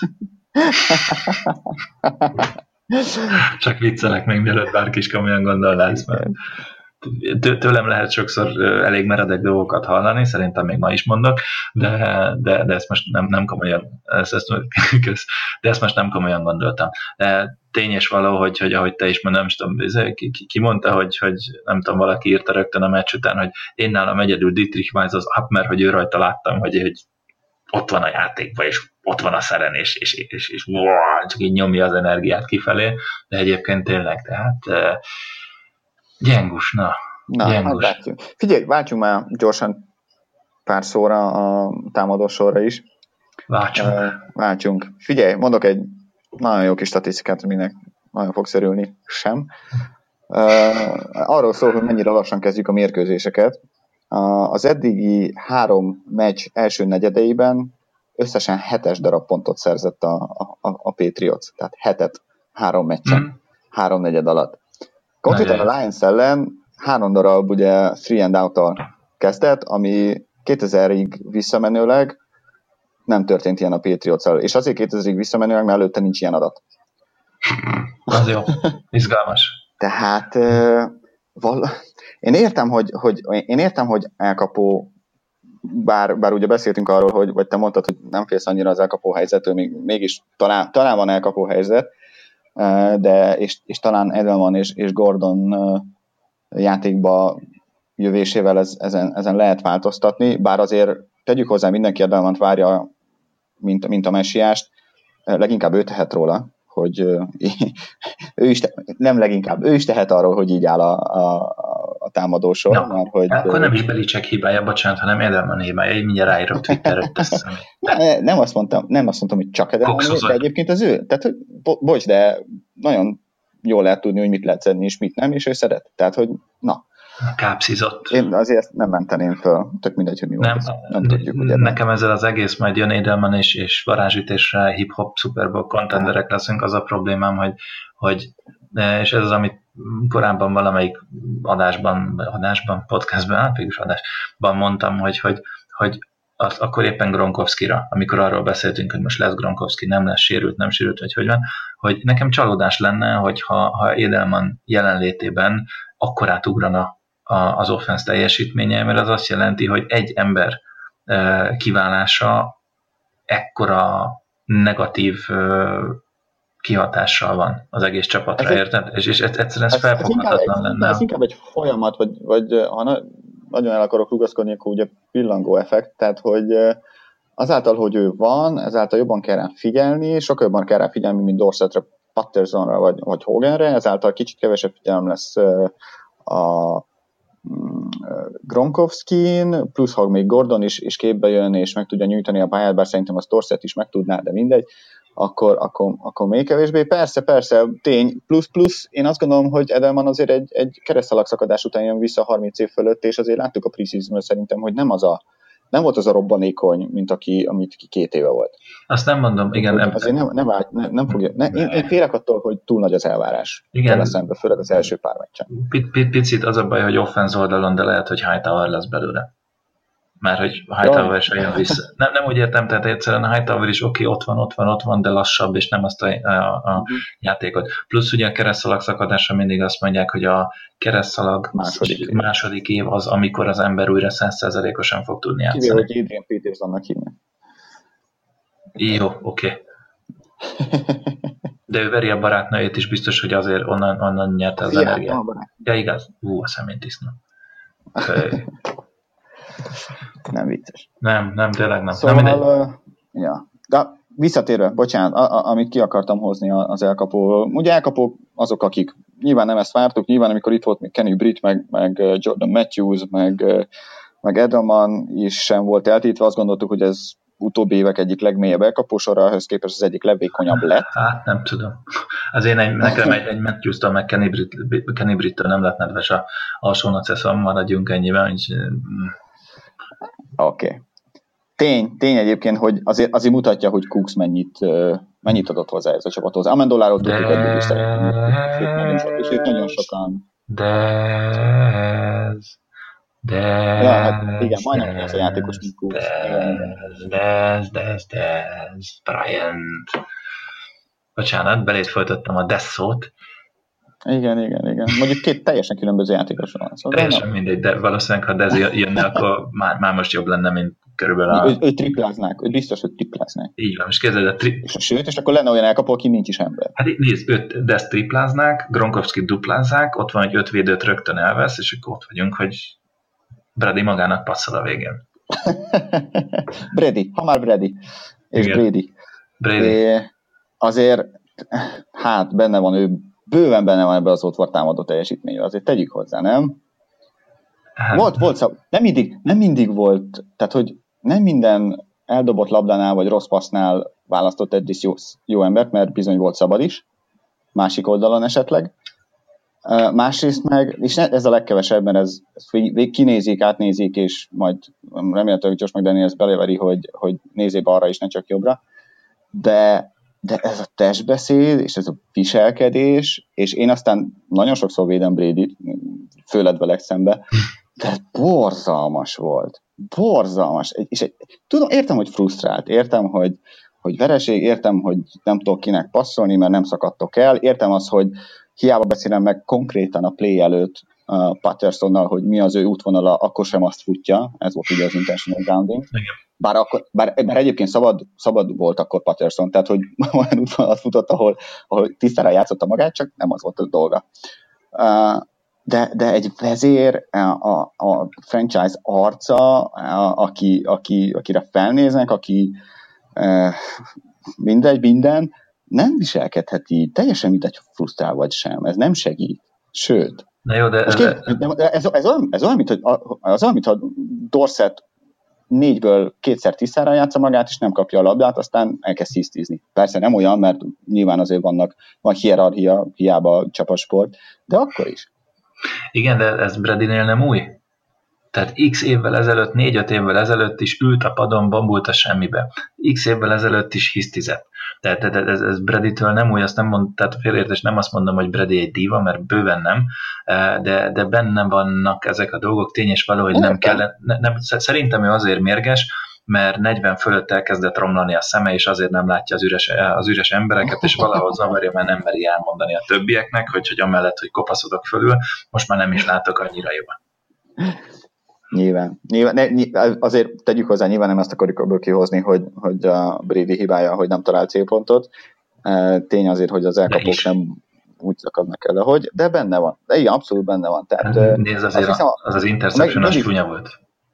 Csak viccelek még, mielőtt bárki is komolyan gondolná ezt, mert tőlem lehet sokszor elég meredek dolgokat hallani, szerintem még ma is mondok, de ezt most nem komolyan, de ezt most nem komolyan gondoltam. De tény és való, hogy ahogy te is mondom, nem tudom, ki mondta, hogy nem tudom, valaki írta rögtön a meccs után, hogy én nálam egyedül Dietrich Weiss az up, mert hogy ő rajta láttam, hogy ott van a játékban, és ott van a szeren, és wow, csak így nyomja az energiát kifelé, de egyébként tényleg, tehát gyengus, gyengus. Hát látjuk. Figyelj, váltsunk már gyorsan pár szóra a támadó sorra is. Váltsunk. Figyelj, mondok egy nagyon jó kis statisztikát, aminek nagyon fogsz örülni sem. Arról szól, hogy mennyire lassan kezdjük a mérkőzéseket. Az eddigi 3 meccs első negyedeiben összesen 7 darab pontot szerzett a Patriots. Tehát 7 3 meccsen, 3 negyed alatt. Konkrétan a Lions ellen 3 darab ugye 3 and out-tal kezdett, ami 2000-ig visszamenőleg nem történt ilyen a Patriots-al. És azért 2000-ig visszamenőleg, mert előtte nincs ilyen adat. Az jó, izgalmas. Tehát én értem, hogy elkapó, bár ugye beszéltünk arról, vagy te mondtad, hogy nem félsz annyira az elkapó helyzettől, mégis talán van elkapó helyzet, de és talán Edelman és Gordon játékba jövésével ezen lehet változtatni, bár azért tegyük hozzá, mindenki Edelmant várja, mint a messiást, leginkább ő tehet róla, hogy ő is tehet arról, hogy így áll a támadósor. No, mert, hogy, akkor nem is Belichick hibája, bocsánat, hanem Edelman hibája, így mindjárt ráírok Twitterre. Nem azt mondtam, hogy csak Edelman, de egyébként az ő. Tehát, bocs, de nagyon jól lehet tudni, hogy mit lehet szedni, és mit nem, és ő szeret. Tehát, hogy na. Kápszizott. Én azért nem menteném föl, tök mindegy, hogy mi van. Nem tudjuk, ugye. Nekem ezzel az egész majd jön Edelman és varázsütésre hip-hop Super Bowl contenderek leszünk, az a problémám, hogy és ez az, amit korábban valamelyik podcastban, végülis adásban mondtam, hogy akkor éppen Gronkowskira, amikor arról beszéltünk, hogy most lesz Gronkowski, nem lesz sérült, nem sérült, vagy hogy van, hogy nekem csalódás lenne, hogyha Edelman jelenlétében akkor átugrana az offense teljesítménye, mert az azt jelenti, hogy egy ember kiválása ekkora negatív kihatással van az egész csapatra, érted? És egyszerűen ez felfoghatatlan lenne. Ez inkább egy folyamat, vagy ha nagyon el akarok rugaszkodni, akkor ugye pillangó effekt, tehát hogy azáltal, hogy ő van, ezáltal jobban kell rá figyelni, sokkal jobban kell rá figyelni, mint Dorsetre, Pattersonra vagy Hoganre, ezáltal kicsit kevesebb figyelem lesz a Gronkowskin, plusz ha még Gordon is képbe jön, és meg tudja nyújtani a pályát, bár szerintem az Dorset is meg tudná, de mindegy, akkor még kevésbé. Persze, tény, plusz, én azt gondolom, hogy Edelman azért egy keresztalagszakadás után jön vissza 30 év fölött, és azért láttuk a preseasonből szerintem, hogy nem volt az a robbanékony, mint amit 2 éve volt. Azt nem mondom, igen. Azért nem fogja. Én félek attól, hogy túl nagy az elvárás. Igen. Szembe, főleg az első pár meccsen. Picit az a baj, hogy offense oldalon, de lehet, hogy Hightower lesz belőle. Már hogy Hightower se jön vissza. Nem úgy értem, tehát egyszerűen a Hightower is ott van, de lassabb, és nem azt a játékot. Plusz ugye a keresztszalag szakadásra mindig azt mondják, hogy a keresztszalag második év az, amikor az ember újra 100%-osan fog tudni játszani. Kivéve, hogy Adrian Petersonnak hívnak. Jó, oké. De ő veri a barátnőjét is, biztos, hogy azért onnan nyerte az energiát. Ja, igaz. A személytisznó. Nem vicces. Nem, tényleg nem. Szóval, ja. De visszatérve, bocsánat, amit ki akartam hozni az elkapóról. Ugye elkapók azok, akik nyilván nem ezt vártuk, nyilván amikor itt volt még Kenny Britt, meg Jordan Matthews, meg Edelman is sem volt eltítve, azt gondoltuk, hogy ez utóbbi évek egyik legmélyebb elkapósora, ahhoz képest az egyik legvékonyabb lett. Hát nem tudom. Nekem egy Matthews-től, meg Kenny Britt-től nem lett nedves a alsónaceszom, maradjunk ennyiben, hogy... Oké. Tény egyébként, hogy azért mutatja, hogy Cooks mennyit adott hozzá ez a csapathoz. Amendolláról tudjuk eddig is és nagyon sokan. Ja, hát igen, majdnem ez a játékos, mint Cooks. Brian. Bocsánat, beléd folytattam a Dez szót. Igen. Mondjuk 2 teljesen különböző játékosról van. Szóval teljesen mindegy, de valószínűleg, ha Dez jönne, akkor már most jobb lenne, mint körülbelül a... Ő tripláznák, ő biztos, hogy tripláznák. Így van, most képzeld, és akkor lenne olyan elkapó, aki nincs is ember. Hát nézd, Dez tripláznák, Gronkowski duplázzák, ott van, hogy 5 védőt rögtön elvesz, és akkor ott vagyunk, hogy Brady magának passzol a végén. Brady, ha már Brady. És igen. Brady. Azért, hát bőven benne van ebbe az Ottvar támadó teljesítményben, azért tegyük hozzá, nem? Hát. Volt, nem mindig volt, tehát hogy nem minden eldobott labdánál vagy rossz passznál választott eddig jó embert, mert bizony volt szabad is, másik oldalon esetleg. Másrészt meg, és ez a legkevesebb, mert ez kinézik, átnézik, és majd remélhetőleg Josh McDaniels beleveri, hogy nézzé balra és ne csak jobbra, de ez a testbeszéd, és ez a viselkedés, és én aztán nagyon sokszor védem Bradyt, főled velek szembe, de borzalmas volt. Borzalmas. És tudom, értem, hogy frusztrált, értem, hogy vereség, értem, hogy nem tudok kinek passzolni, mert nem szakadtok el, értem azt, hogy hiába beszélem meg konkrétan a play előtt Pattersonnal, hogy mi az ő útvonala, akkor sem azt futja, ez volt ugye az intentional grounding. Bár egyébként szabad volt akkor Patterson, tehát hogy olyan útvonalat futott, ahol tisztára játszotta magát, csak nem az volt a dolga. De egy vezér, a franchise arca, akire felnéznek, aki minden, nem viselkedhet így, teljesen mindegy, frusztrál vagy sem, ez nem segít, sőt. Na jó, de ez olyan, mintha Dorset 4-ből 2-szer tisztára játsza magát, és nem kapja a labdát, aztán elkezd hisztizni. Persze nem olyan, mert nyilván azért van hierarchia, hiába csapatsport, de akkor is. Igen, de ez Bradynél nem új. Tehát x évvel ezelőtt, 4-5 évvel ezelőtt is ült a padon, bambult a semmibe. X évvel ezelőtt is hisztizett. Tehát ez Bradytől nem új, azt nem mond, tehát félreértés, nem azt mondom, hogy Brady egy díva, mert bőven nem, de benne vannak ezek a dolgok, tény és való, hogy nem kell. Szerintem ő azért mérges, mert 40 fölött elkezdett romlani a szeme, és azért nem látja az üres embereket, és valahol zavarja, mert nem meri elmondani a többieknek, hogy amellett, hogy kopaszodok fölül, most már nem is látok annyira jól. Nyilván azért tegyük hozzá, nyilván nem ezt akarjuk ebből kihozni, hogy a Brady hibája, hogy nem talál célpontot. Tény azért, hogy az elkapók nem úgy szakadnak el, ahogy, de benne van. De igen, abszolút benne van. Tehát, nézd, azért az interception az csúnya volt.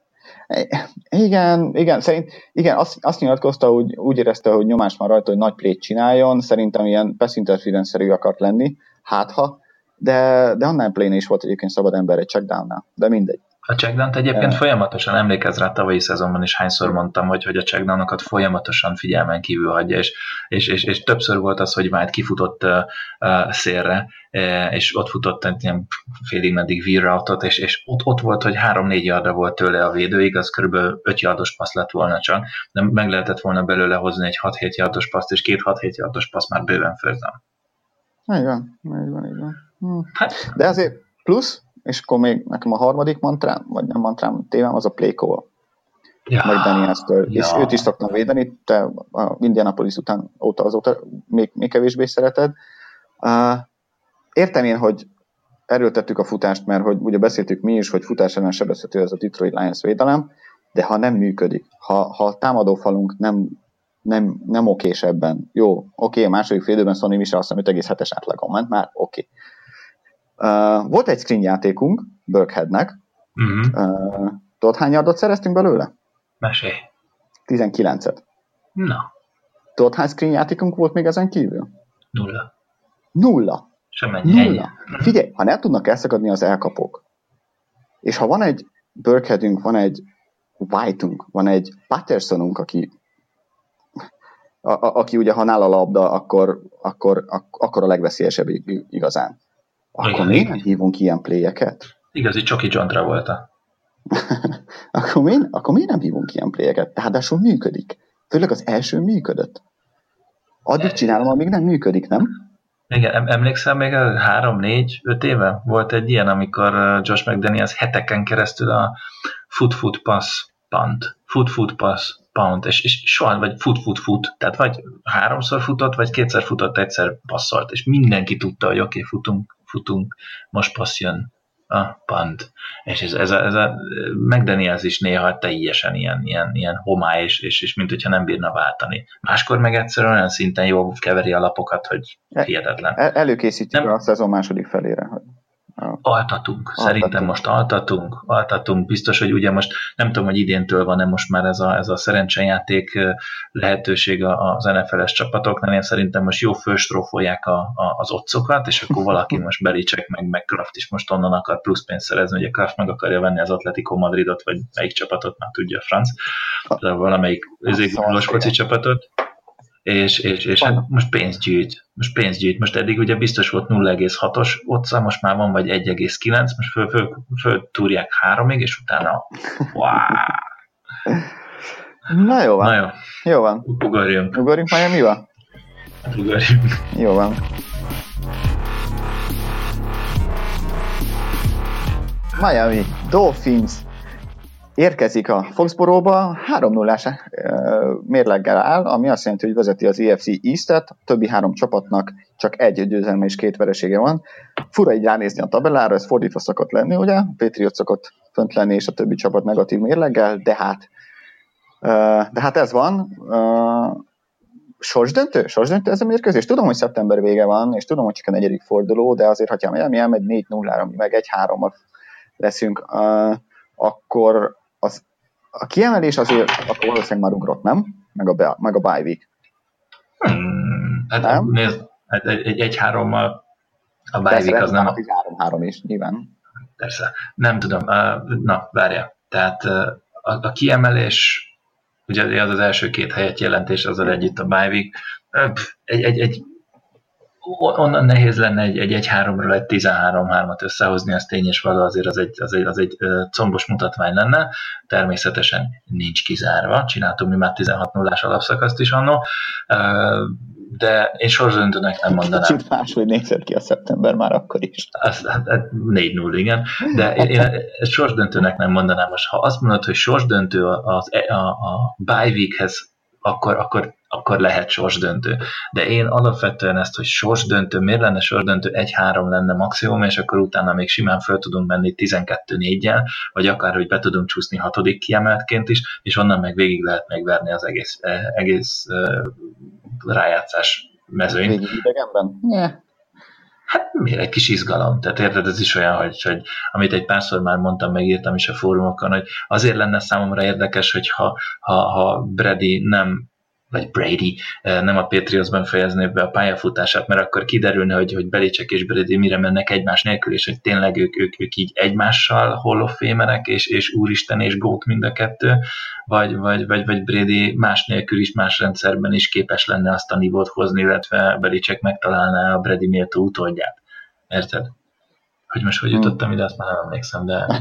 Igen, igen, azt nyilatkozta, úgy érezte, hogy nyomás van rajta, hogy nagy play-t csináljon, szerintem ilyen pass interference-szerű akart lenni, de annál play-nél is volt egyébként szabad ember egy checkdownnál, de mindegy. A checkdown-t egyébként folyamatosan emlékezz rá, tavalyi szezonban is hányszor mondtam, hogy a checkdownokat folyamatosan figyelmen kívül hagyja, és többször volt az, hogy White kifutott szélre, és ott futott egy ilyen félig meddig V-routot, és ott volt, hogy 3-4 yardra volt tőle a védőig, az kb. 5 yardos passz lett volna csak, de meg lehetett volna belőle hozni egy 6-7 yardos paszt, és 2 6-7 yardos passz már bőven földön. Így van. De azért plusz, és akkor még nekem a harmadik mantrám, vagy nem mantrám, témám, az a play call. Meg Daniels-től. És őt is szoktam védeni, te a Indianapolis azóta még kevésbé szereted. Értem én, hogy erőltettük a futást, mert hogy ugye beszéltük mi is, hogy futás ellen sebezhető ez a Detroit Lions védelem, de ha nem működik, ha a támadófalunk nem okés ebben, jó, oké, a második fél időben Sonny Michel azt hiszem 5,7-es átlagon ment, már oké. Volt egy screen játékunk Burkheadnek. Tudod, hány yardot szereztünk belőle? Mesélj. 19-et. Na. Tudod, hány screen játékunk volt még ezen kívül? 0. Semmennyi. 0. Figyelj, ha nem tudnak elszakadni az elkapók, és ha van egy Burkheadünk, van egy White-unk, van egy Pattersonunk, aki ugye, ha nála a labda, akkor a legveszélyesebb igazán. Akkor miért nem hívunk ilyen playeket? Igazi Csoki John Travolta. akkor miért nem hívunk ilyen playeket? Tehát működik. Főleg az első működött. Addig csinálom, amíg nem működik, nem? Igen, emlékszel még 3-4-5 éve? Volt egy ilyen, amikor Josh McDaniels heteken keresztül a foot pass punt, foot pass punt, és soha, vagy foot, tehát vagy 3-szor futott, vagy 2-szer futott, egyszer passzolt, és mindenki tudta, hogy oké, futunk, most passz jön a punt. És ez a McDaniels is néha teljesen ilyen homály, és mint hogyha nem bírna váltani. Máskor meg egyszerűen olyan szinten jól keveri a lapokat, hogy hihetetlen. Előkészítjük a szezon második felére. Altatunk. Szerintem most altatunk. Biztos, hogy ugye most nem tudom, hogy idéntől van-e most már ez a szerencsejáték lehetőség az NFL-es csapatoknál. Én szerintem most jó fölstrófolják az otcokat, és akkor valaki most Belichick meg Kraft is most onnan akar plusz pénzt szerezni. Ugye Kraft meg akarja venni az Atletico Madridot, vagy melyik csapatot, már tudja a franc. De valamelyik özéggondolós foci csapatot. És hát most pénzt gyűjt. Most eddig ugye biztos volt 0,6-os otca, most már van vagy 1,9, most föltúrják 3-ig, és utána Na jó van. Jó van. Ugorjunk Miami-ba? Ugorjunk. Jó van. Miami Dolphins érkezik a Foxborough-ba, 3-0-ás mérleggel áll, ami azt jelenti, hogy vezeti az EFC East-et, a többi 3 csapatnak csak 1 győzelme és 2 veresége van. Fura így ránézni a tabellára, ez fordítva szokott lenni, ugye? A Patriot szokott fönt lenni, és a többi csapat negatív mérleggel, de hát ez van. Sorsdöntő ez a mérkőzés? Tudom, hogy szeptember vége van, és tudom, hogy csak a 4. forduló, de azért, ha Miami elmegy 4-0-ra, meg 1-3-mal leszünk, akkor a kiemelés azért akkor valószínűleg már ugrott, nem? Meg a bye week. Hát nézd, egy 1-3-mal a bye week az nem... 3-3 is, nyilván. Persze. Nem tudom. Na, várjál. Tehát a kiemelés, ugye az első 2 helyet jelentés, azzal együtt a bye week, egy onnan nehéz lenne egy 1-3-ról egy 13-3-at összehozni, ez tény és való, azért az egy combos mutatvány lenne, természetesen nincs kizárva, csináltunk mi már 16-0-ás alapszakaszt is annó, de én sorsdöntőnek nem mondanám. Kicsit máshogy nézett ki a szeptember már akkor is. 4-0, igen, de én sorsdöntőnek nem mondanám. Most ha azt mondod, hogy sorsdöntő a bye weekhez, akkor lehet sorsdöntő. De én alapvetően ezt, hogy sorsdöntő, miért lenne sorsdöntő, 1-3 lenne maximum, és akkor utána még simán föl tudunk menni 12-4-jel, vagy akár, hogy be tudunk csúszni 6. kiemeltként is, és onnan meg végig lehet megverni az egész rájátszás mezőnyt. Végig idegenben? Yeah. Hát miért egy kis izgalom? Tehát érted, ez is olyan, hogy amit egy párszor már mondtam, megírtam is a fórumokon, hogy azért lenne számomra érdekes, hogy ha Brady nem a Patriotsban fejezné be a pályafutását, mert akkor kiderülne, hogy Belichick és Brady mire mennek egymás nélkül, és hogy tényleg ők így egymással Hall of Famerek, és úristen és GOAT mind a kettő, vagy Brady más nélkül is, más rendszerben is képes lenne azt a nivót hozni, illetve Belichick megtalálná a Brady méltó utódját. Érted? Hogy most hogy jutottam ide, azt már nem emlékszem, de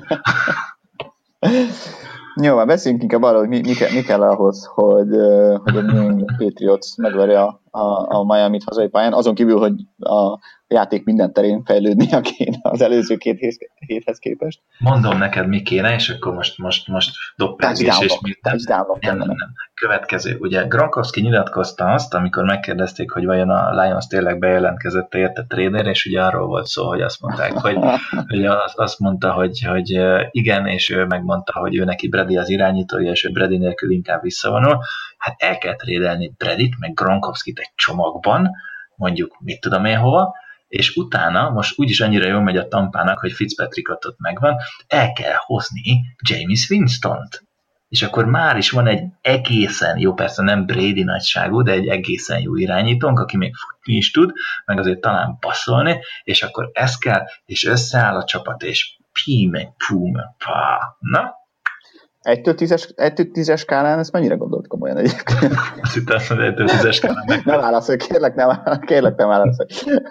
Jó, már beszéljünk inkább arra, hogy mi kell ahhoz, hogy a New England Patriots megverje a Miami-t hazai pályán, azon kívül, hogy a játék minden terén fejlődnie kéne az előző 2 héthez képest. Mondom neked, mi kéne, és akkor most doppelzés és minden. Következő. Ugye Gronkowski nyilatkozta azt, amikor megkérdezték, hogy vajon a Lions tényleg bejelentkezett érte trader, és ugye arról volt szó, hogy azt mondták, hogy azt mondta, hogy igen, és ő megmondta, hogy ő neki Brady az irányítója, és ő Brady nélkül inkább visszavonul. Hát el kell trédelni Bradyt, meg Gronkowskit egy csomagban, mondjuk mit tudom én hova, és utána, most úgyis annyira jól megy a Tampának, hogy Fitzpatrickot ott megvan, el kell hozni Jameis Winstont. És akkor már is van egy egészen jó, persze nem Brady nagyságú, de egy egészen jó irányítónk, aki még futni is tud, meg azért talán passzolni, és akkor ez kell, és összeáll a csapat, és meg pá. Na? 1-10-es skálán ezt mennyire gondolt komolyan egyébként? Azt hittem, hogy 1-10-es skálán meg. Ne válaszolj, kérlek ne válaszolj.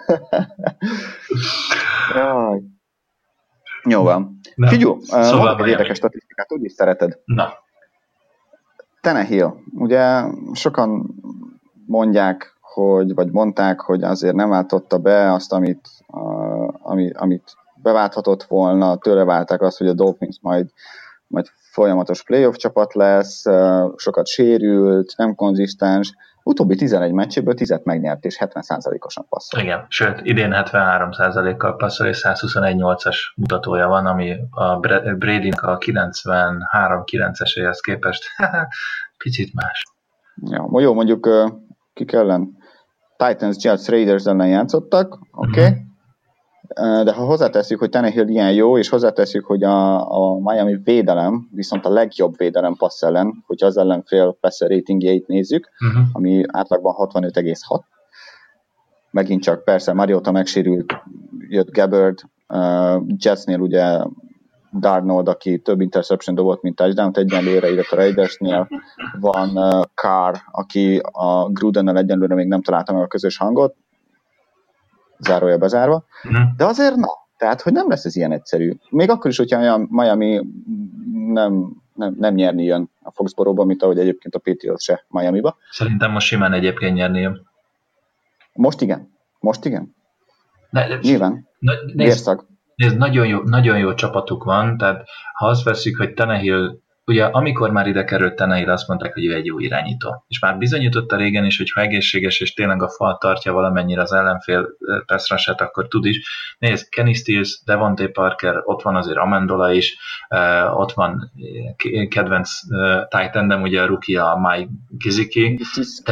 Jó van. Figyú, mondok egy érdekes statisztikát, úgyis szereted. Na. Tannehill, ugye sokan mondják, vagy mondták, hogy azért nem váltotta be azt, amit beválthatott volna, tőle válták azt, hogy a Dolphins majd folyamatos playoff csapat lesz, sokat sérült, nem konzisztens. Utóbbi 11 meccséből 10-et megnyert, és 70%-osan passzol. Igen, sőt, idén 73%-kal passzol, és 121-8-as mutatója van, ami a Bradynek a 93-9-eséhez képest picit más. Jó, mondjuk kik ellen? Titans, Jets, Raiders ellen játszottak, oké. Okay. De ha hozzátesszük, hogy Tannehill ilyen jó, és hozzátesszük, hogy a Miami védelem, viszont a legjobb védelem passz ellen, hogy az ellenfél passer ratingjeit nézzük, ami átlagban 65,6. Megint csak persze Mariota megsérült, jött Gabbard, Jetsnél ugye Darnold, aki több interception dobott, mint touchdown-t egyenlőre, illetve a Raidersnél van Carr, aki a Grudennel egyenlőre még nem találta meg a közös hangot, zárója bezárva, de azért tehát, hogy nem lesz ez ilyen egyszerű. Még akkor is, hogyha Miami nem nyerni jön a Foxborough-ba, mint ahogy egyébként a Patriots se Miami-ba. Szerintem most simán egyébként nyerni jön. Most igen. Nyilván. Vérszag. Nézd, nagyon jó csapatuk van, tehát ha azt veszük, hogy Tannehill, ugye amikor már ide került Tannehill, azt mondták, hogy ő egy jó irányító. És már bizonyította régen is, hogy ha egészséges és tényleg a fal tartja valamennyire az ellenfél pass rush-et, akkor tud is. Nézd, Kenny Stills, Devontae Parker, ott van azért Amendola is, ott van kedvenc tight endem, ugye a rookie, a Mike Gesicki,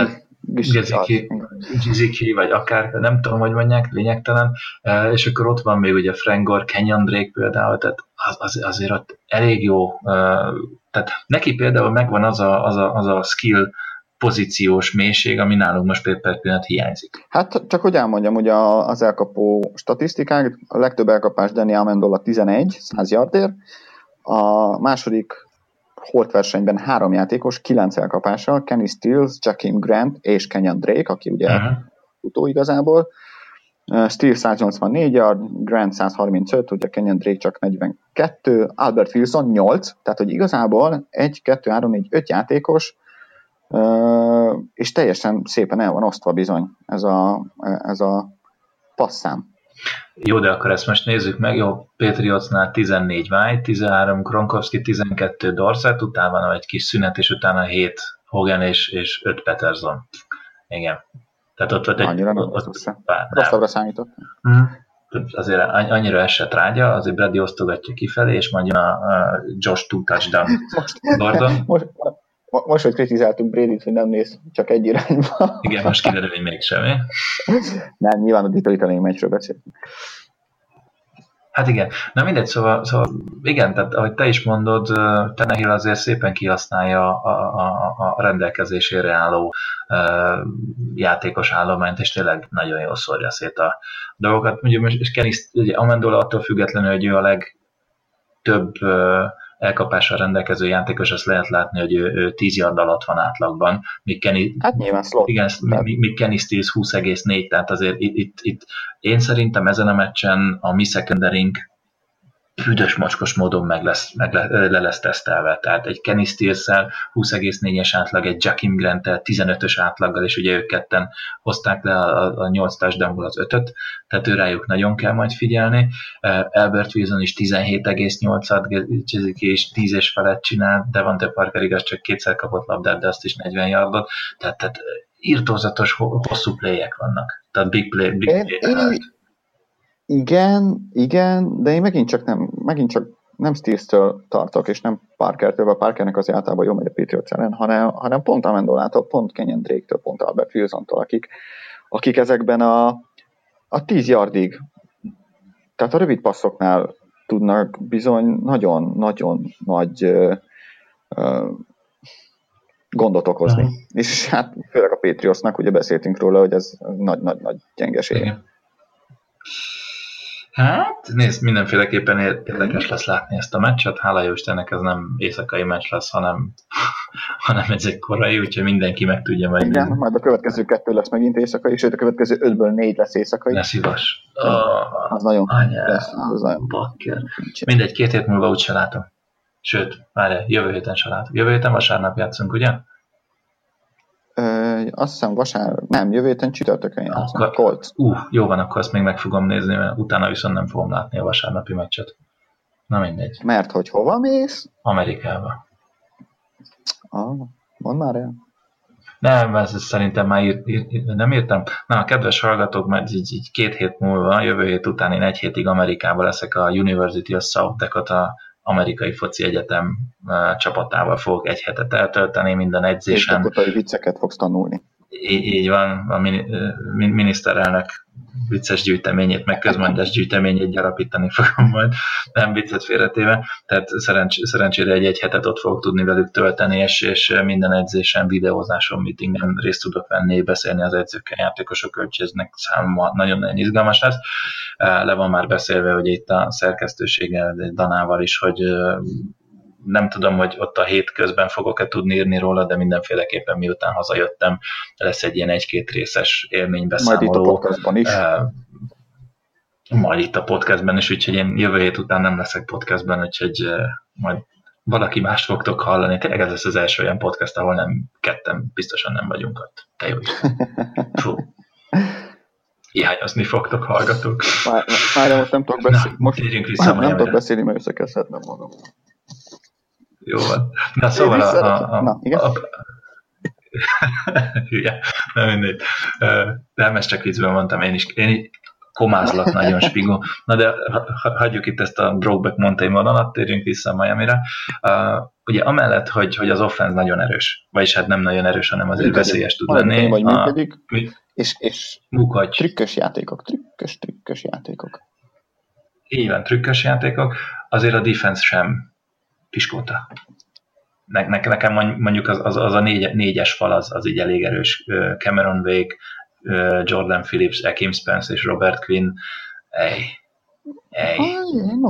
Gesicki, vagy akár, nem tudom, hogy mondják, lényegtelen, és akkor ott van még ugye Frank Gore, Kenyon Drake például, tehát azért ott elég jó, tehát neki például megvan az a skill pozíciós mélység, ami nálunk most per pillanat hiányzik. Hát csak hogy elmondjam, ugye az elkapó statisztikák, a legtöbb elkapás Danny Amendola 11, 100 yardért, a második Holt versenyben 3 játékos, 9 elkapással, Kenny Stills, Jakeem Grant és Kenyon Drake, aki ugye futó igazából. Steele 184 yard, Grant 135, ugye Kenyon Drake csak 42, Albert Wilson 8, tehát hogy igazából 1, 2, 3, 4, 5 játékos, és teljesen szépen el van osztva bizony ez a passzám. Jó, de akkor ezt most nézzük meg. Jó, Patriotsnál 14 White, 13 Gronkowski, 12 Dorsett, utána van egy kis szünet, és utána 7 Hogan és 5 Peterson. Igen. Tehát ott volt egy... Annyira rosszabbra számított. Azért annyira esett rágya, azért Brady osztogatja kifelé, és majd jön a Josh two touchdown Gordon. Most, hogy kritizáltuk Brady-t, hogy nem néz csak egy irányba. Igen, most kiderül, hogy mégsem. Nem, nyilván a Detroit-i meccsről beszélünk. Hát igen, na mindegy, szóval igen, tehát ahogy te is mondod, Tannehill azért szépen kihasználja a rendelkezésére álló játékos állományt, és tényleg nagyon jól szórja szét a dolgokat. Ugye Kenny, ugye Amendola attól függetlenül, hogy ő a legtöbb elkapással rendelkező játékos, azt lehet látni, hogy ő 10 yard alatt van átlagban, míg Kenny, hát nyilván slot. Igen, míg Kenny Stills 20,4, tehát azért itt én szerintem ezen a meccsen a mi secondaryink büdös mocskos módon le lesz tesztelve. Tehát egy Kenny Stills-szel 20,4-es átlag, egy Jakim Grant-tel 15-ös átlaggal, és ugye ők ketten hozták le a 8 touchdownból az 5-öt, tehát ő rájuk nagyon kell majd figyelni. Albert Wilson is 17,8-at és 10 és felett csinál, Devontae Parker igaz csak kétszer kapott labdát, de azt is 40 yardot, tehát irtózatos hosszú playek vannak. Tehát big play. Igen, de én megint csak nem Stills-től tartok, és nem Parkertől, vagy Parkernek az általában jól megy a Patriots ellen, hanem pont Amendolától, pont Kenyon Drake-től, pont Albert Wilsontól, akik ezekben a 10 yardig, tehát a rövid passzoknál tudnak bizony nagyon-nagyon nagy gondot okozni. És hát főleg a Patriotsnak, ugye beszéltünk róla, hogy ez nagy gyengeség. Igen. Hát, nézd, mindenféleképpen érdekes lesz látni ezt a meccset. Hála jó Istennek, ez nem éjszakai meccs lesz, hanem ez egy korai, úgyhogy mindenki meg tudja majd. Igen, majd a következő 2 lesz megint éjszakai, sőt a következő 5-ből 4 lesz éjszakai. Ne szívas. Az nagyon bakker. Mindegy, 2 hét múlva úgyse látom. Sőt, várjál, jövő héten se látom. Jövő héten vasárnap játszunk, ugye? Azt hiszem jövő héten csütörtökön játszunk. Colts. Jó van, akkor azt még meg fogom nézni, mert utána viszont nem fogom látni a vasárnapi meccset. Na mindegy. Mert hogy hova mész? Amerikába. Mondd már el. Nem, ezt szerintem már nem írtam. Na, kedves hallgatók, majd így 2 hét múlva, jövő hét után én 1 hétig Amerikában leszek, a University of South Dakota amerikai foci egyetem csapatával fogok 1 hetet eltölteni, minden edzésen. És dakotai vicceket fogsz tanulni. Így van, a miniszterelnök vicces gyűjteményét, meg közmondas gyűjteményét gyarapítani fogom majd, nem viccet félretéve, tehát szerencsére egy hetet ott fogok tudni velük tölteni, és minden edzésen, videózáson, meetingen részt tudok venni, beszélni az edzőkkel, játékosokkal, úgyhogy ez számomra nagyon-nagyon izgalmas lesz. Le van már beszélve, hogy itt a szerkesztőséggel, Danával is, hogy nem tudom, hogy ott a hét közben fogok-e tudni írni róla, de mindenféleképpen miután hazajöttem, lesz egy ilyen 1-2 részes élménybeszámoló. Majd itt a podcastban is. Majd itt a podcastben is, úgyhogy én jövő hét után nem leszek podcastben, úgyhogy majd valaki mást fogtok hallani. Tényleg ez lesz az első olyan podcast, ahol nem ketten biztosan nem vagyunk ott. Te jó is. Hiányozni fogtok, hallgatók. Már most nem tudok beszélni. Most térjünk vissza. Nem tudok beszélni, mert össze kell szednem magam. Jó van. Na szóval hülye, nem mindegy. Nem, ezt csak viccben mondtam, én is komázlak nagyon spigó. Na de hagyjuk itt ezt a Brokeback Mountain vonalat, térjünk vissza Miamire. Ugye amellett, hogy az offense nagyon erős, vagyis hát nem nagyon erős, hanem azért veszélyes tud lenni. Vagy működik, és trükkös játékok. Így van, trükkös játékok. Azért a defense sem piskóta. Nekem mondjuk az a 4-es fal az így elég erős. Cameron Wake, Jordan Phillips, Akeem Spence és Robert Quinn.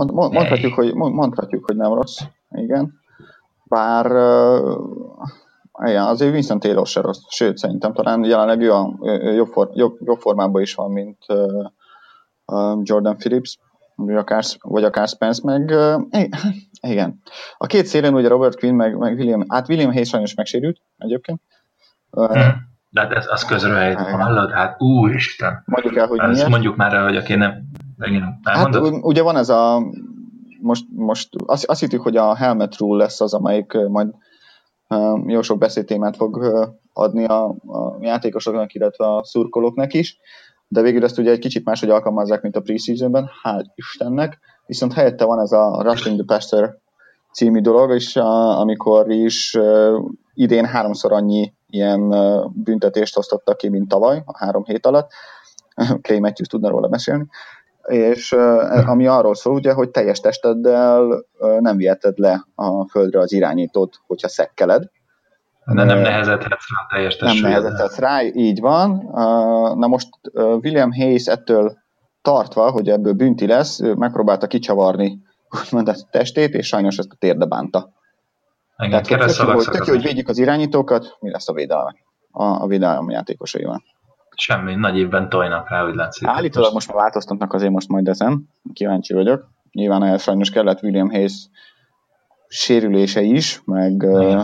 Mondhatjuk, hogy nem rossz. Igen. Bár Igen, azért Winston Taylor se rossz, sőt, szerintem talán jelenleg ő jobb formában is van, mint Jordan Phillips, vagy akár Spence, meg igen. A két szélen ugye Robert Quinn, meg William Hayes sajnos megsérült egyébként. De hát az közröhely, hallod? Hát úristen. Mondjuk el, hogy miért? Mondjuk már el, hogy aki nem elmondod. Hát ugye van ez a most azt hittük, hogy a Helmet Rule lesz az, amelyik majd jó sok beszédtémát fog adni a játékosoknak, illetve a szurkolóknak is, de végül ezt ugye egy kicsit máshogy alkalmazzák, mint a preseasonben, hál' Istennek, viszont helyette van ez a Rushing the Passer című dolog, és amikor is idén 3-szor annyi ilyen büntetést osztottak ki, mint tavaly, a 3 hét alatt, Clay Matthews tudna róla beszélni, és ami arról szól, ugye, hogy teljes testeddel nem viheted le a földre az irányítót, hogyha szekkeled. De nem nehezedhetsz rá a teljes testvéddel. Nem nehezedhetsz rá, így van. Na most William Hayes ettől tartva, hogy ebből bünti lesz, megpróbálta kicsavarni úgymond a testét, és sajnos ezt a térde bánta. Igen, tehát hogy védjük az irányítókat, mi lesz a védelme? A védelem játékosaival. Semmi, nagy évben tojnak rá, hogy látszik. Állítólag most már változtatnak, azért most majd ezen. Kíváncsi vagyok. Nyilván ehhez sajnos kellett William Hayes sérülése is, meg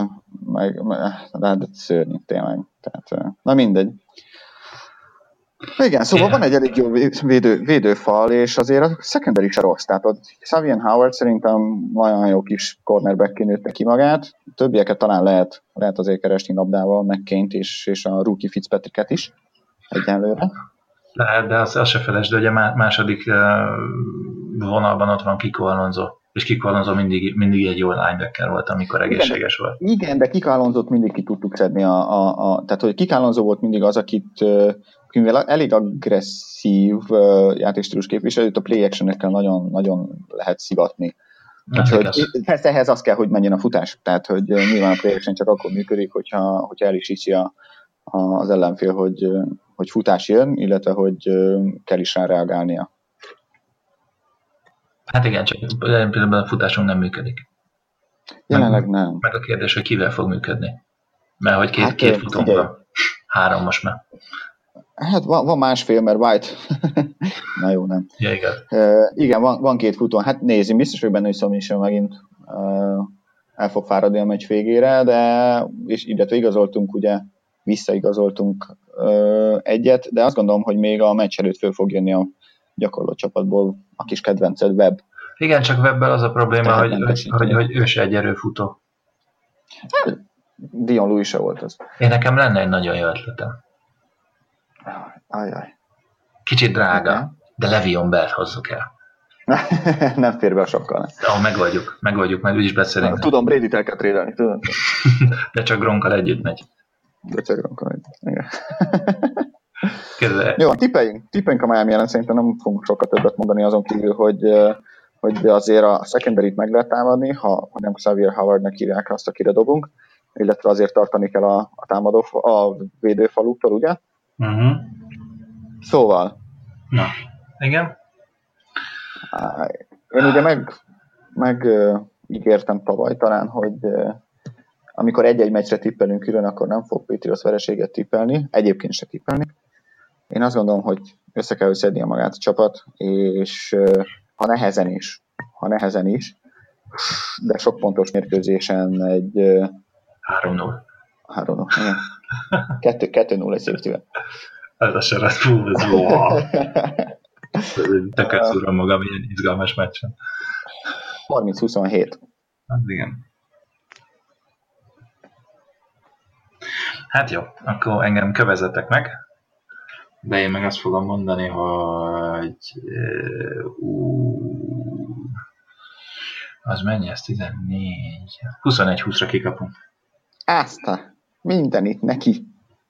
szörnyű tényleg. Tehát, na mindegy. Igen, szóval van egy elég jó védőfal, és azért a secondary se rossz. Tehát a Xavier Howard szerintem nagyon jó kis cornerback-ként nőtte ki magát. Többieket talán lehet azért keresni labdával, McCain-t és a rookie Fitzpatricket is egyenlőre. Lehet, de azt se felejtsd, hogy a második vonalban ott van Kiko Alonso. És Kiko Alonso mindig egy jó linebacker volt, amikor egészséges volt. Igen, de Kiko Alonsot mindig ki tudtuk szedni. Tehát, hogy Kiko Alonso volt mindig az, akit mivel elég agresszív játékstílus képviselő, a play action-ekkel nagyon lehet szivatni. Úgyhogy persze ehhez az kell, hogy menjen a futás. Tehát, hogy nyilván a play action csak akkor működik, hogyha el is hiszi az ellenfél, hogy futás jön, illetve hogy kell is rá reagálnia. Hát igen, csak például a futásunk nem működik. Jelenleg nem. Meg a kérdés, hogy kivel fog működni. Mert hogy két futónk van. 3 most már. Hát van másfél, mert White. Na jó, nem. Ja, igen. Igen, van 2 futó. Hát nézzük, biztos, hogy benne, hogy Submission megint el fog fáradni a meccs végére, és illetve visszaigazoltunk egyet, de azt gondolom, hogy még a meccs előtt föl fog jönni a gyakorló csapatból a kis kedvenced Webb. Igen, csak Webbel az a probléma, hogy ő se egy erőfutó. Dion Lewis se volt az. Nekem lenne egy nagyon jó ötletem. Ajaj. Kicsit drága, de Le'Veon Bell-t hozzuk el. Nem fér be a sokkal. Megvagyjuk, majd úgyis beszélünk. Tudom, Brady-t el kell trédelni, tudom. De csak Gronkkal együtt megy. Igen. Kérdez. Jó, tippeljünk a Miami ellen, szerintem nem fogunk sokkal többet mondani azon kívül, hogy azért a secondary-t meg lehet támadni, ha nem Xavier Howardnak hívják azt, akire dobunk, illetve azért tartani kell a védőfaluktól, ugye? Uh-huh. Szóval. Na, igen? Én ugye megígértem tavaly talán, hogy amikor egy-egy meccsre tippelünk külön, akkor nem fog Patriots vereséget tippelni, egyébként se tippelni. Én azt gondolom, hogy össze kell szednie magát a csapat, és ha nehezen is, de sok pontos mérkőzésen egy 3-0. 3-0, igen. 2-0 egy széptűvel. Ez a sor, ez jó. Tököt szúrom magam ilyen izgalmas meccsen. 30-27. Az igen. Hát jó, akkor engem kövezzetek meg, de én meg azt fogom mondani, hogy az mennyi, ez 14, 21-20-ra kikapunk. Aztán, minden itt neki.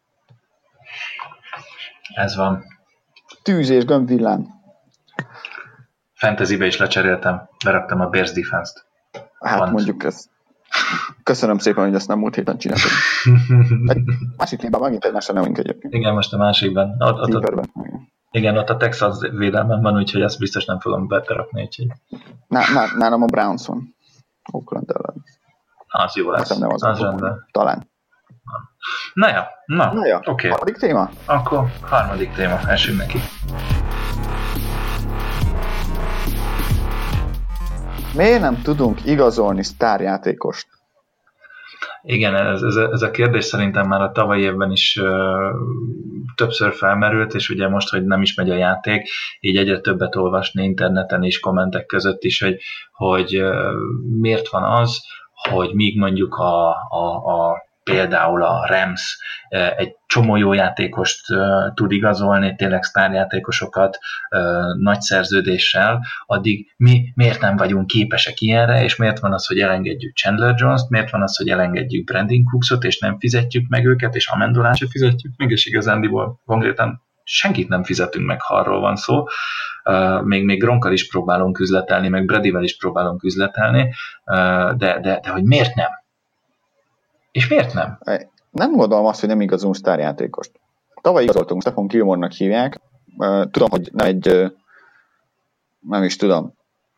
Ez van. Tűz és gömbvillám. Fantasybe is lecseréltem, beraktam a Bears defense-t. Hát mondjuk ez. Köszönöm szépen, hogy ezt nem múlt héten csináltad. Másik lében megint egymásra nem egyébként. Igen, most a másikban. Igen, ott a Texas védelmen van, úgyhogy ezt biztos nem fogom beterakni. Úgyhogy... Nálam a Browns van. Oakland ellen. Az jó lesz. Az rendben. Talán. Na jó, oké. Harmadik téma? Akkor harmadik téma, esünk neki. Miért nem tudunk igazolni sztárjátékost? Igen, ez a kérdés szerintem már a tavalyi évben is többször felmerült, és ugye most, hogy nem is megy a játék, így egyre többet olvasni interneten is, kommentek között is, hogy miért van az, hogy míg mondjuk például a Rams egy csomó jó játékost tud igazolni, tényleg sztárjátékosokat nagy szerződéssel, addig mi miért nem vagyunk képesek ilyenre, és miért van az, hogy elengedjük Chandler Jones-t, miért van az, hogy elengedjük Brandon Cooksot, és nem fizetjük meg őket, és Amendolát se fizetjük meg, és igazándiból konkrétan senkit nem fizetünk meg, ha arról van szó. Még Gronkkal is próbálunk üzletelni, meg Bradyvel is próbálunk üzletelni, de hogy miért nem? És miért nem? Nem gondolom azt, hogy nem igazolunk sztárjátékost. Tavaly igazoltunk, Stephon Gilmore-nak hívják. Tudom, hogy nem is tudom.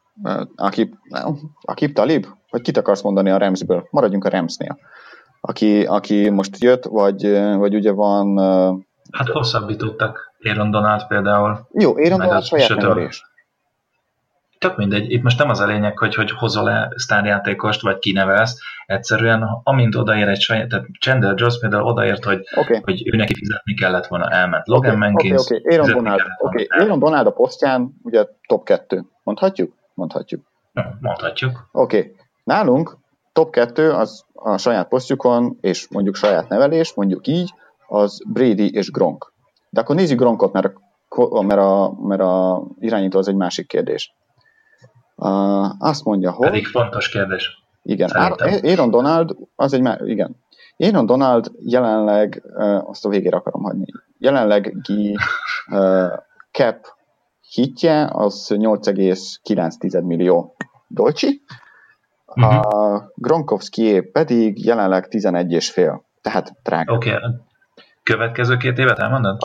Akib Talib? Vagy kit akarsz mondani a Ramsből? Maradjunk a Ramsnél. Aki most jött, vagy ugye van... Hát hosszabbítottak. Aaron Donald például. Jó, Aaron Donald saját nevelés. Tök mindegy, itt most nem az a lényeg, hogy hozol-e sztárjátékost, vagy kinevelsz, egyszerűen amint odaér egy saját, tehát Chandler Jones például odaért, hogy ő neki fizetni kellett volna, elment. Logan Mankins. Aaron Donald a posztján ugye top 2. Mondhatjuk? Mondhatjuk. Oké. Nálunk top 2 az a saját posztjukon, és mondjuk saját nevelés, mondjuk így, az Brady és Gronk. De akkor nézzük Gronkot, mert a irányító az egy másik kérdés. Azt mondja, hogy... Pedig fontos kérdés. Igen. Aaron Donald, igen. Aaron Donald jelenleg, azt a végére akarom hagyni, jelenlegi cap hitje az 8,9 millió dolcsi. A Gronkowskié pedig jelenleg 11,5. Tehát drága. Oké. Következő 2 évet elmondod?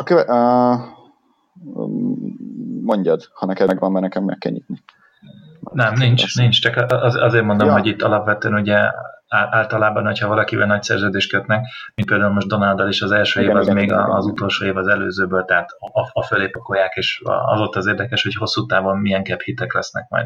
Mondjad, ha neked megvan, mert nekem meg kell nyitni. Nem, nincs. Csak azért mondom, hogy itt alapvetően ugye általában, hogyha valakivel nagy szerződést kötnek, mint például most Donalddal is az első év, az még az utolsó év az előzőből, tehát a fölé pakolják, és az ott az érdekes, hogy hosszú távon milyen cap hitek lesznek majd.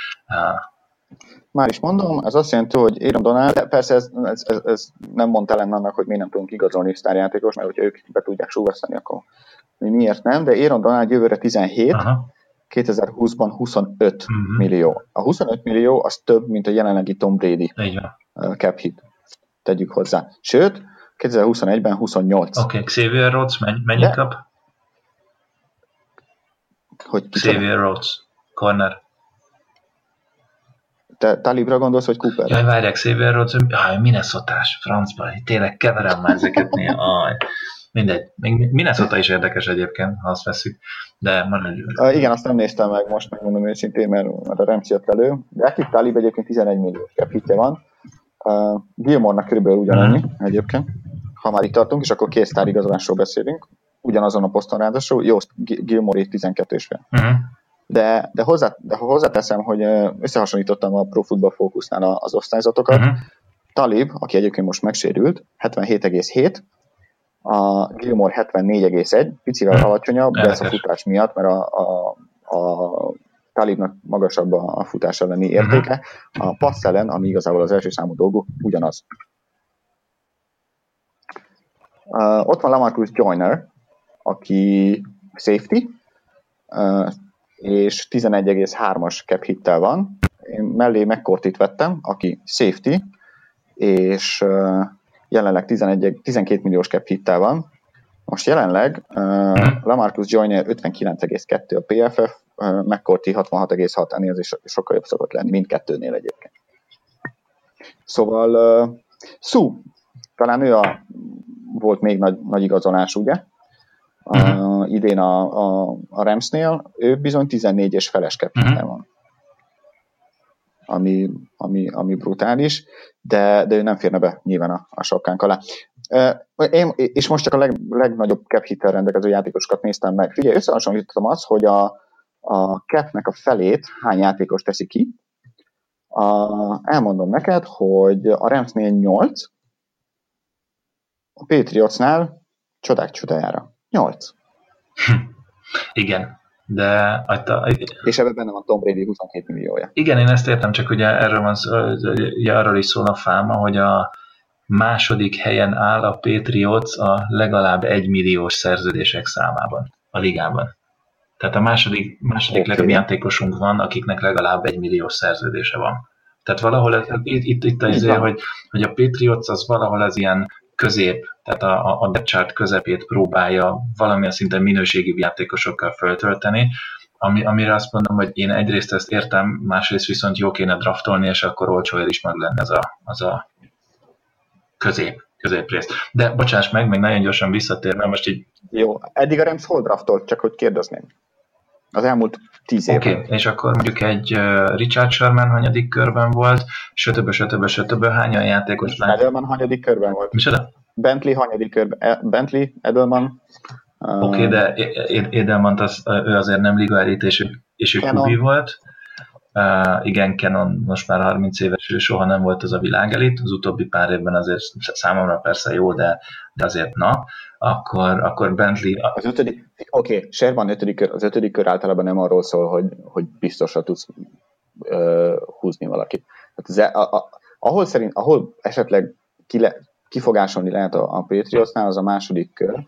Már is mondom, ez azt jelenti, hogy Aaron Donald, persze ez nem mond ellen annak, hogy miért nem tudunk igazolni sztárjátékos, mert hogyha ők be tudják súgasztani, akkor miért nem, de Aaron Donald jövőre 17, 2020-ban 25 millió. A 25 millió az több, mint a jelenlegi Tom Brady cap hit. Tegyük hozzá. Sőt, 2021-ben 28. Oké, Xavier Rhodes mennyit kap? Xavier Rhodes, corner. Te Talibra gondolsz, vagy Cooper? Jaj, várják, Xavier Rhodes, Minnesota-s, francba, tényleg keverem már ezeket néha. Mindegy. Még Minnesota is érdekes egyébként, ha azt veszük, de maradjunk. Igen, azt nem néztem meg most, megmondom őszintén, mert a Rams jött elő. De Akib Talib egyébként 11 milliós cap hitje van. Gilmore-nak körülbelül ugyanannyi egyébként. Ha már itt tartunk, és akkor 2 sztárigazolásról beszélünk. Ugyanazon a poszton ráadásul. Jó, Gilmore 12,5. De hozzáteszem, hogy összehasonlítottam a Pro Football Focusnál az osztályzatokat. Talib, aki egyébként most megsérült, 77,7, a Gilmore 74,1, picivel alacsonyabb, de ez a futás miatt, mert a Talibnak magasabb a futás elleni értéke. A passz ellen, ami igazából az első számú dolguk, ugyanaz. Ott van Lamarcus Joyner, aki safety, és 11,3-as cap hittel van. Én mellé McCourtit vettem, aki safety, és jelenleg 12 milliós cap hittel van. Most jelenleg Lamarcus Joyner 59,2 a PFF, McCourty 66,6, ennél ez is sokkal jobb szokott lenni, mindkettőnél egyébként. Szóval talán ő volt még nagy igazolás, ugye? Idén a Ramsnél, ő bizony 14 és feles cap hittel van. Ami brutális, de ő nem férne be nyilván a sapkánk alá. És most csak a legnagyobb cap hittel rendelkező játékosokat néztem meg. Figyelj, összehasonlítottam azt, hogy a capnek a felét hány játékos teszi ki. Elmondom neked, hogy a Ramsnél 8, a Patriotsnál csodák csodájára 8. Igen, de... És ebben benne van Tom Brady 27 milliója. Igen, én ezt értem, csak ugye erről van ugye arról is szól a fáma, hogy a második helyen áll a Patriots a legalább 1 milliós szerződések számában a ligában. Tehát a második legjobb játékosunk van, akiknek legalább 1 milliós szerződése van. Tehát valahol itt azért, hogy a Patriots az valahol az ilyen közép, tehát a depth chart közepét próbálja valamilyen szinten minőségi játékosokkal föltölteni, amire azt mondom, hogy én egyrészt ezt értem, másrészt viszont jó kéne draftolni, és akkor olcsó el is meg lenne az a középrészt. De bocsáss meg nagyon gyorsan visszatérve, most így... Jó, eddig a Rams hol draftolt, csak hogy kérdezném. Az elmúlt 10 évben. Oké, és akkor mondjuk egy Richard Sherman hanyadik körben volt, sötöbö, hányan játékos lát? Edelman hanyadik körben volt. Micsoda? Bentley hanyadik körben. Bentley, Edelman. Oké, de Edelman ő azért nem liga elit, és ő QB volt. Igen, Cannon most már 30 éves, ő soha nem volt az a világelit, az utóbbi pár évben azért számomra persze jó, de azért akkor Bentley... Az 5. Sherman 5. kör, az 5. kör általában nem arról szól, hogy biztosra tudsz húzni valakit. Hát ahol esetleg kifogásolni lehet a Patriotsnál, az a második kör,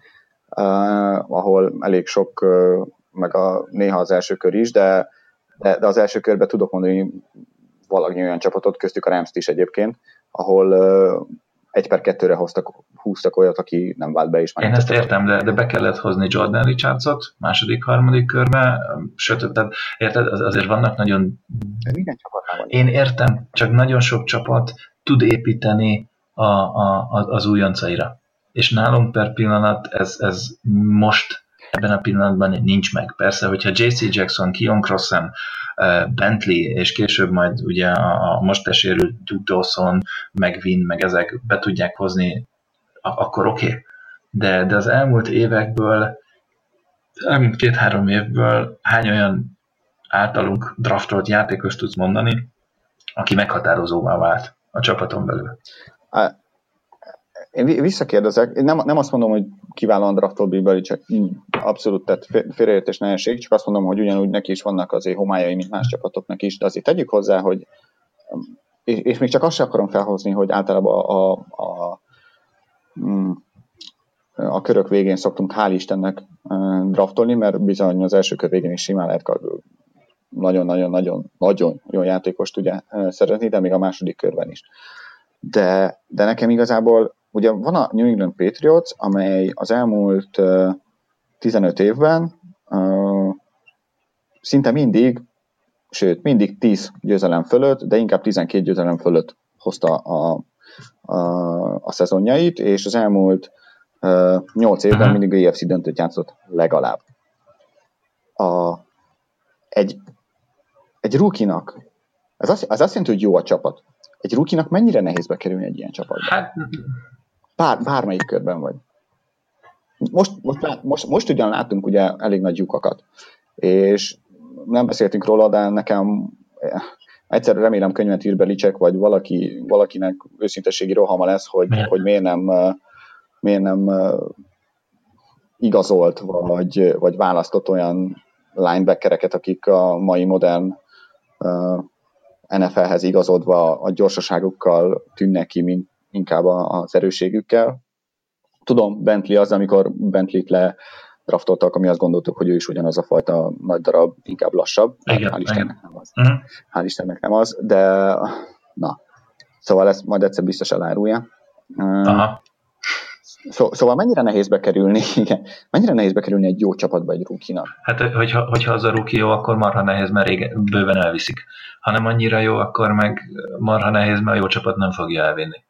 ahol elég sok, meg néha az első kör is, de az első körben tudok mondani valami olyan csapatot, köztük a Rams-t is egyébként, ahol 1/2-re húztak olyat, aki nem vált be is. Én ezt értem, de be kellett hozni Jordan Richardsot második, harmadik körbe, sőt, tehát érted, azért vannak nagyon... Minden csapatnál van. Én értem, csak nagyon sok csapat tud építeni az újoncaira. És nálunk per pillanat ez most ebben a pillanatban nincs meg. Persze, hogyha J.C. Jackson, Keon Crossen, Bentley, és később majd ugye a most esérült Duke Dawson, meg Wynn, meg ezek be tudják hozni, akkor oké. De az elmúlt évekből, elmúlt 2-3 évből hány olyan általunk draftolt játékos tudsz mondani, aki meghatározóvá vált a csapaton belül? Én visszakérdezek, én nem azt mondom, hogy kiválóan draftolt Bill Belichick, abszolút, tehát félreértés ne essék, csak azt mondom, hogy ugyanúgy neki is vannak azért homályai, mint más csapatoknak is, de azért tegyük hozzá, hogy és még csak azt sem akarom felhozni, hogy általában a körök végén szoktunk hál' Istennek draftolni, mert bizony az első kör végén is simán lehet nagyon jó játékost ugye szerezni, de még a második körben is. De nekem igazából ugye van a New England Patriots, amely az elmúlt 15 évben szinte mindig 10 győzelem fölött, de inkább 12 győzelem fölött hozta a szezonjait, és az elmúlt 8 évben mindig a AFC döntőt játszott legalább. Egy rookie-nak, ez azt jelenti, hogy jó a csapat. Egy rookie-nak mennyire nehéz bekerülni egy ilyen csapatba? Hát... Bármelyik körben vagy. Most ugyan láttunk ugye elég nagy lyukakat, és nem beszéltünk róla, de nekem egyszer remélem könyvet ír Belichick, vagy valakinek őszinteségi rohama lesz, hogy miért nem igazolt, vagy választott olyan linebackereket, akik a mai modern NFL-hez igazodva a gyorsaságukkal tűnnek ki, mint inkább az erősségükkel. Tudom, Bentley az, amikor Bentley-t ledraftoltak, ami azt gondoltuk, hogy ő is ugyanaz a fajta nagy darab, inkább lassabb. Igen, hál' Istennek nem az. Hál' Istennek nem az, de na. Szóval ezt majd egyszer biztos elárulja. Aha. Szóval mennyire nehéz bekerülni, igen, mennyire nehéz bekerülni egy jó csapatba egy rookie-nak? Hát, hogyha az a rookie jó, akkor marha nehéz, mert bőven elviszik. Ha nem annyira jó, akkor meg marha nehéz, mert a jó csapat nem fogja elvinni.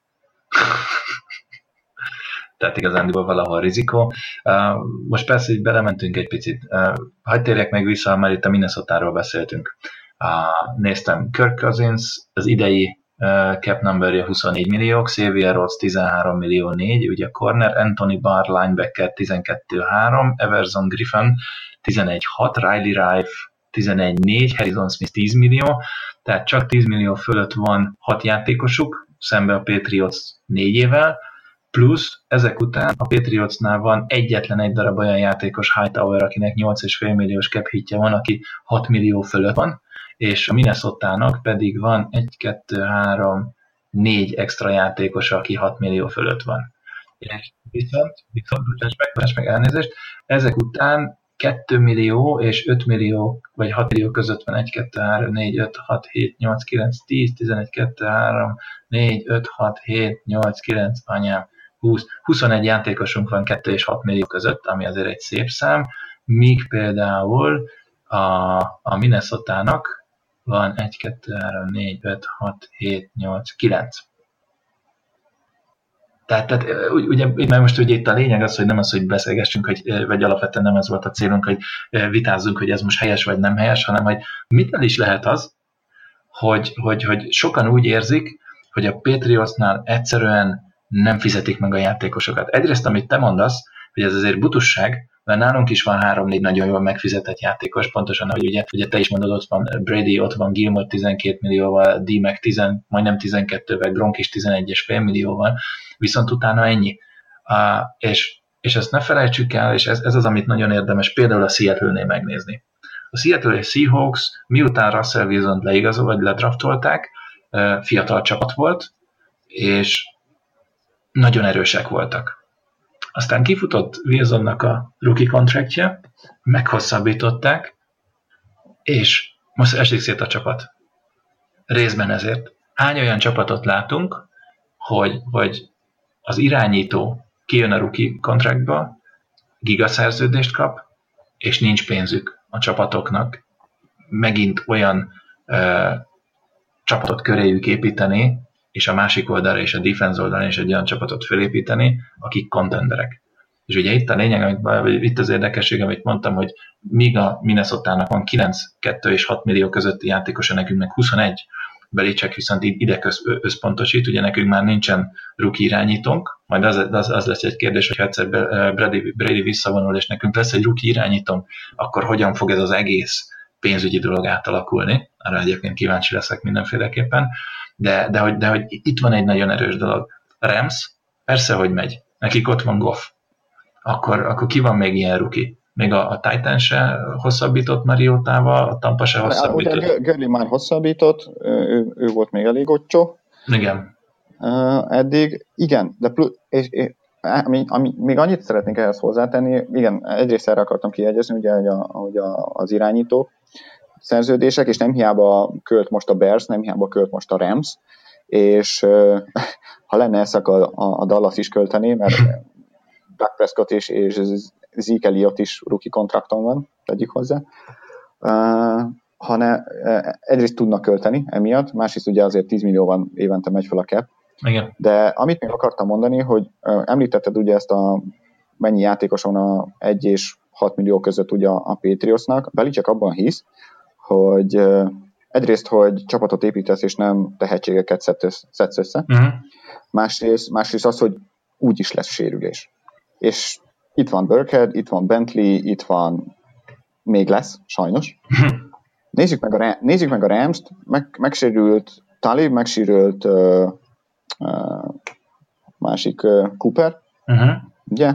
Tehát igazándiból valahol rizikó. Most persze így belementünk egy picit. Hadd térjek meg vissza, mert itt a Minnesotáról beszéltünk. Néztem, Kirk Cousins, az idei cap numberje 24 millió, Xavier Rhodes 13 millió 4, ugye corner, Anthony Barr linebacker 12-3, Everson Griffin 11-6, Riley Rife 11-4, Harrison Smith 10 millió, tehát csak 10 millió fölött van 6 játékosuk, szembe a Patriots 4-ével, plusz ezek után a Patriotsnál van egyetlen egy darab olyan játékos, Hightower, akinek 8,5 milliós cap hitje van, aki 6 millió fölött van, és a Minnesotának pedig van 1, 2, 3, 4 extra játékos, aki 6 millió fölött van. És viszont bocsáss meg elnézést, ezek után 2 millió és 5 millió, vagy 6 millió között van 1, 2, 3, 4, 5, 6, 7, 8, 9, 10, 11, 2, 3, 4, 5, 6, 7, 8, 9, anyám, 20, 21 játékosunk van 2 és 6 millió között, ami azért egy szép szám, míg például a Minnesotának van 1, 2, 3, 4, 5, 6, 7, 8, 9. Tehát ugye most ugye itt a lényeg az, hogy nem az, hogy beszélgessünk, vagy alapvetően nem ez volt a célunk, hogy vitázzunk, hogy ez most helyes vagy nem helyes, hanem hogy mitől is lehet az, hogy sokan úgy érzik, hogy a Patriotsnál egyszerűen nem fizetik meg a játékosokat. Egyrészt, amit te mondasz, hogy ez azért butusság, mert nálunk is van 3-4 nagyon jól megfizetett játékos, pontosan, ahogy ugye te is mondod, ott van Brady, ott van Gilmore 12 millióval, D meg majdnem 12-vel, Gronk is 11,5 millióval, viszont utána ennyi. És ezt ne felejtsük el, és ez az, amit nagyon érdemes például a Seattle-nél megnézni. A Seattle Seahawks miután Russell Wilson-t leigazolták, vagy ledraftolták, fiatal csapat volt, és nagyon erősek voltak. Aztán kifutott Wilsonnak a rookie contractje, meghosszabbították, és most esik szét a csapat. Részben ezért. Hány olyan csapatot látunk, hogy az irányító kijön a rookie contractba, gigaszerződést kap, és nincs pénzük a csapatoknak megint olyan csapatot köréjük építeni, és a másik oldalra és a defense oldalra is egy olyan csapatot felépíteni, akik contenderek. És ugye itt a lényeg, itt az érdekesség, amit mondtam, hogy míg a Minnesotának van 9, 2 és 6 millió közötti játékosa, nekünk meg 21, Belichick viszont ide összpontosít, ugye nekünk már nincsen rookie irányítónk, majd az lesz egy kérdés, hogy egyszer Brady visszavonul, és nekünk lesz egy rookie irányítónk, akkor hogyan fog ez az egész pénzügyi dolog átalakulni? Arra egyébként kíváncsi leszek mindenféleképpen. De hogy itt van egy nagyon erős dolog. A Rams persze, hogy megy. Nekik ott van Goff. Akkor ki van még ilyen rookie? Még a Titan se hosszabbított Mariotával, a Tampa se hosszabbított. Ugye Gurley már hosszabbított, ő volt még elég olcsó. Igen. Eddig, igen, de még annyit szeretnék ehhez hozzátenni, igen, egyrészt erre akartam kijegyezni, ugye, hogy az irányító szerződések, és nem hiába költ most a Bears, nem hiába költ most a Rams, és ha lenne eszek a Dallas is költeni, mert Dak Prescott és Zeke Elliott is rookie kontrakton van, tegyük hozzá, egyrészt tudnak költeni emiatt, másrészt ugye azért 10 millió van évente megy fel a cap. Igen. De amit még akartam mondani, hogy említetted ugye ezt mennyi játékos van a 1 és 6 millió között ugye a Patriotsnak, Belichick abban hisz, hogy egyrészt, hogy csapatot építesz, és nem tehetségeket szedsz össze. Uh-huh. Másrészt az, hogy úgy is lesz sérülés. És itt van Burkhead, itt van Bentley, itt van, még lesz, sajnos. Uh-huh. Nézzük meg a Rams-t, megsérült Talib, megsérült másik Cooper, uh-huh. Ugye?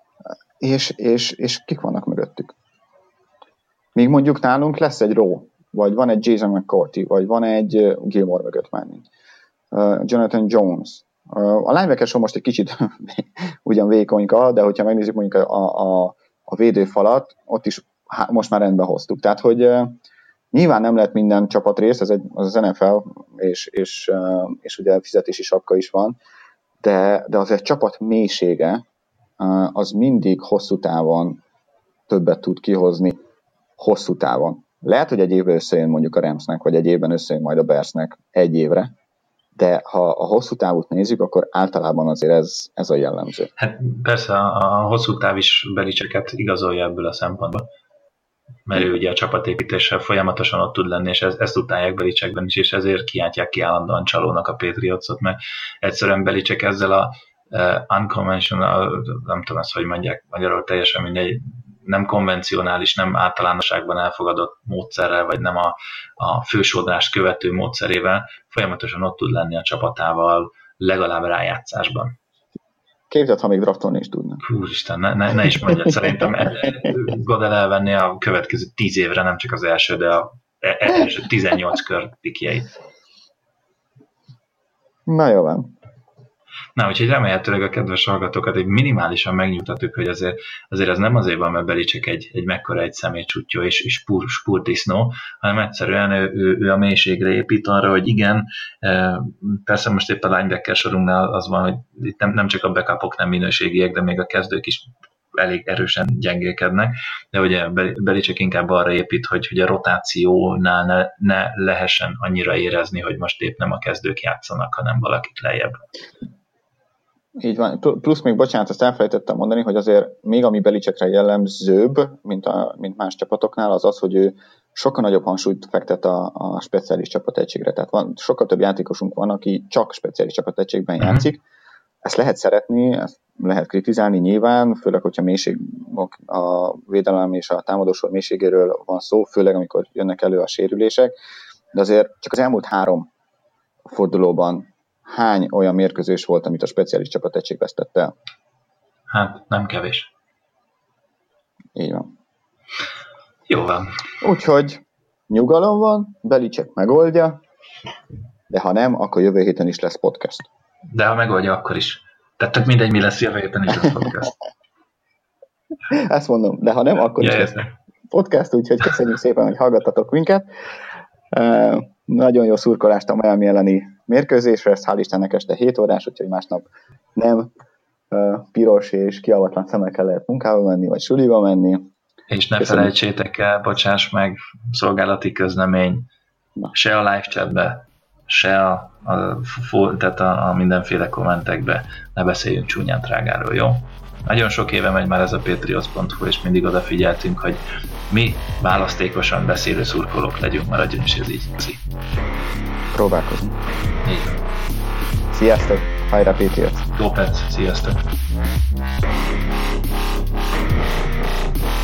És kik vannak mögöttük? Még mondjuk nálunk lesz egy Rowe, vagy van egy Jason McCourty, vagy van egy Gilmore mögött már nincs. Jonathan Jones. A linebacker most egy kicsit ugyan vékonyka, de hogyha megnézzük mondjuk a védőfalat, ott is most már rendbe hoztuk. Tehát, hogy nyilván nem lehet minden csapat rész, ez az NFL, és ugye fizetési sapka is van, de azért csapat mélysége az mindig hosszú távon többet tud kihozni hosszú távon. Lehet, hogy egy évben összejön mondjuk a Ramsnek, vagy egy évben összejön majd a Bearsnek egy évre, de ha a hosszú távút nézzük, akkor általában azért ez a jellemző. Hát persze a hosszú táv is Belichicket igazolja ebből a szempontból, mert ő ugye a csapatépítéssel folyamatosan ott tud lenni, és ezt utálják Belichickben is, és ezért kiáltják ki állandóan csalónak a Patriotsot, mert egyszerűen Belichick ezzel a unconventional, nem tudom ezt, hogy mondják magyarul, teljesen mindegy, nem konvencionális, nem általánosságban elfogadott módszerrel, vagy nem a fősodrást követő módszerével folyamatosan ott tud lenni a csapatával, legalább rájátszásban. Képzeld, ha még draftolni is tudnak. Úristen, ne is mondjad, szerintem Godel elvenni a következő 10 évre, nem csak az első, de a első 18 kör pikjeit. Na jó van. Na, úgyhogy remélhetőleg a kedves hallgatókat egy minimálisan megnyugtatjuk, hogy azért ez nem azért van, mert Belichick egy mekkora egy szemétsutyó és pur disznó, hanem egyszerűen ő a mélységre épít arra, hogy igen, persze most épp a linebacker sorunknál az van, hogy itt nem csak a backupok nem minőségiek, de még a kezdők is elég erősen gyengélkednek, de ugye Belichick inkább arra épít, hogy a rotációnál ne lehessen annyira érezni, hogy most épp nem a kezdők játszanak, hanem valakik lejjebb. Így van. Plusz még, bocsánat, azt elfelejtettem mondani, hogy azért még ami Belichickre jellemzőbb, mint más csapatoknál, az, hogy ő sokkal nagyobb hangsúlyt fektet a speciális csapategységre. Tehát sokkal több játékosunk van, aki csak speciális csapategységben játszik. Ezt lehet szeretni, ezt lehet kritizálni nyilván, főleg, hogyha a védelem és a támadósor mélységéről van szó, főleg amikor jönnek elő a sérülések, de azért csak az elmúlt 3 fordulóban hány olyan mérkőzés volt, amit a speciális csapategység vesztett el? Hát nem kevés. Így van. Jó van. Úgyhogy nyugalom van, Belichick megoldja, de ha nem, akkor jövő héten is lesz podcast. De ha megoldja, akkor is. Tehát tök mindegy, mi lesz jövő héten is lesz podcast. Ezt mondom, de ha nem, akkor is lesz podcast, úgyhogy köszönjük szépen, hogy hallgattatok minket. Nagyon jó szurkolást a Miami elleni mérkőzésre, ez hál' Istennek este 7 órás, úgyhogy másnap nem piros és kiavatlan szemekkel lehet munkába menni, vagy suliba menni. És ne felejtsétek el, bocsáss meg, szolgálati közlemény, se a live chatbe, se tehát a mindenféle kommentekbe ne beszéljünk csúnyán drágáról, jó? Nagyon sok éve megy már ez a patriots.hu, és mindig odafigyeltünk, hogy mi választékosan beszélő szurkolók legyünk, maradjon is ez így. Próbálkozunk. Így van. Sziasztok! Hajrá Patriots! Go Pets! Sziasztok!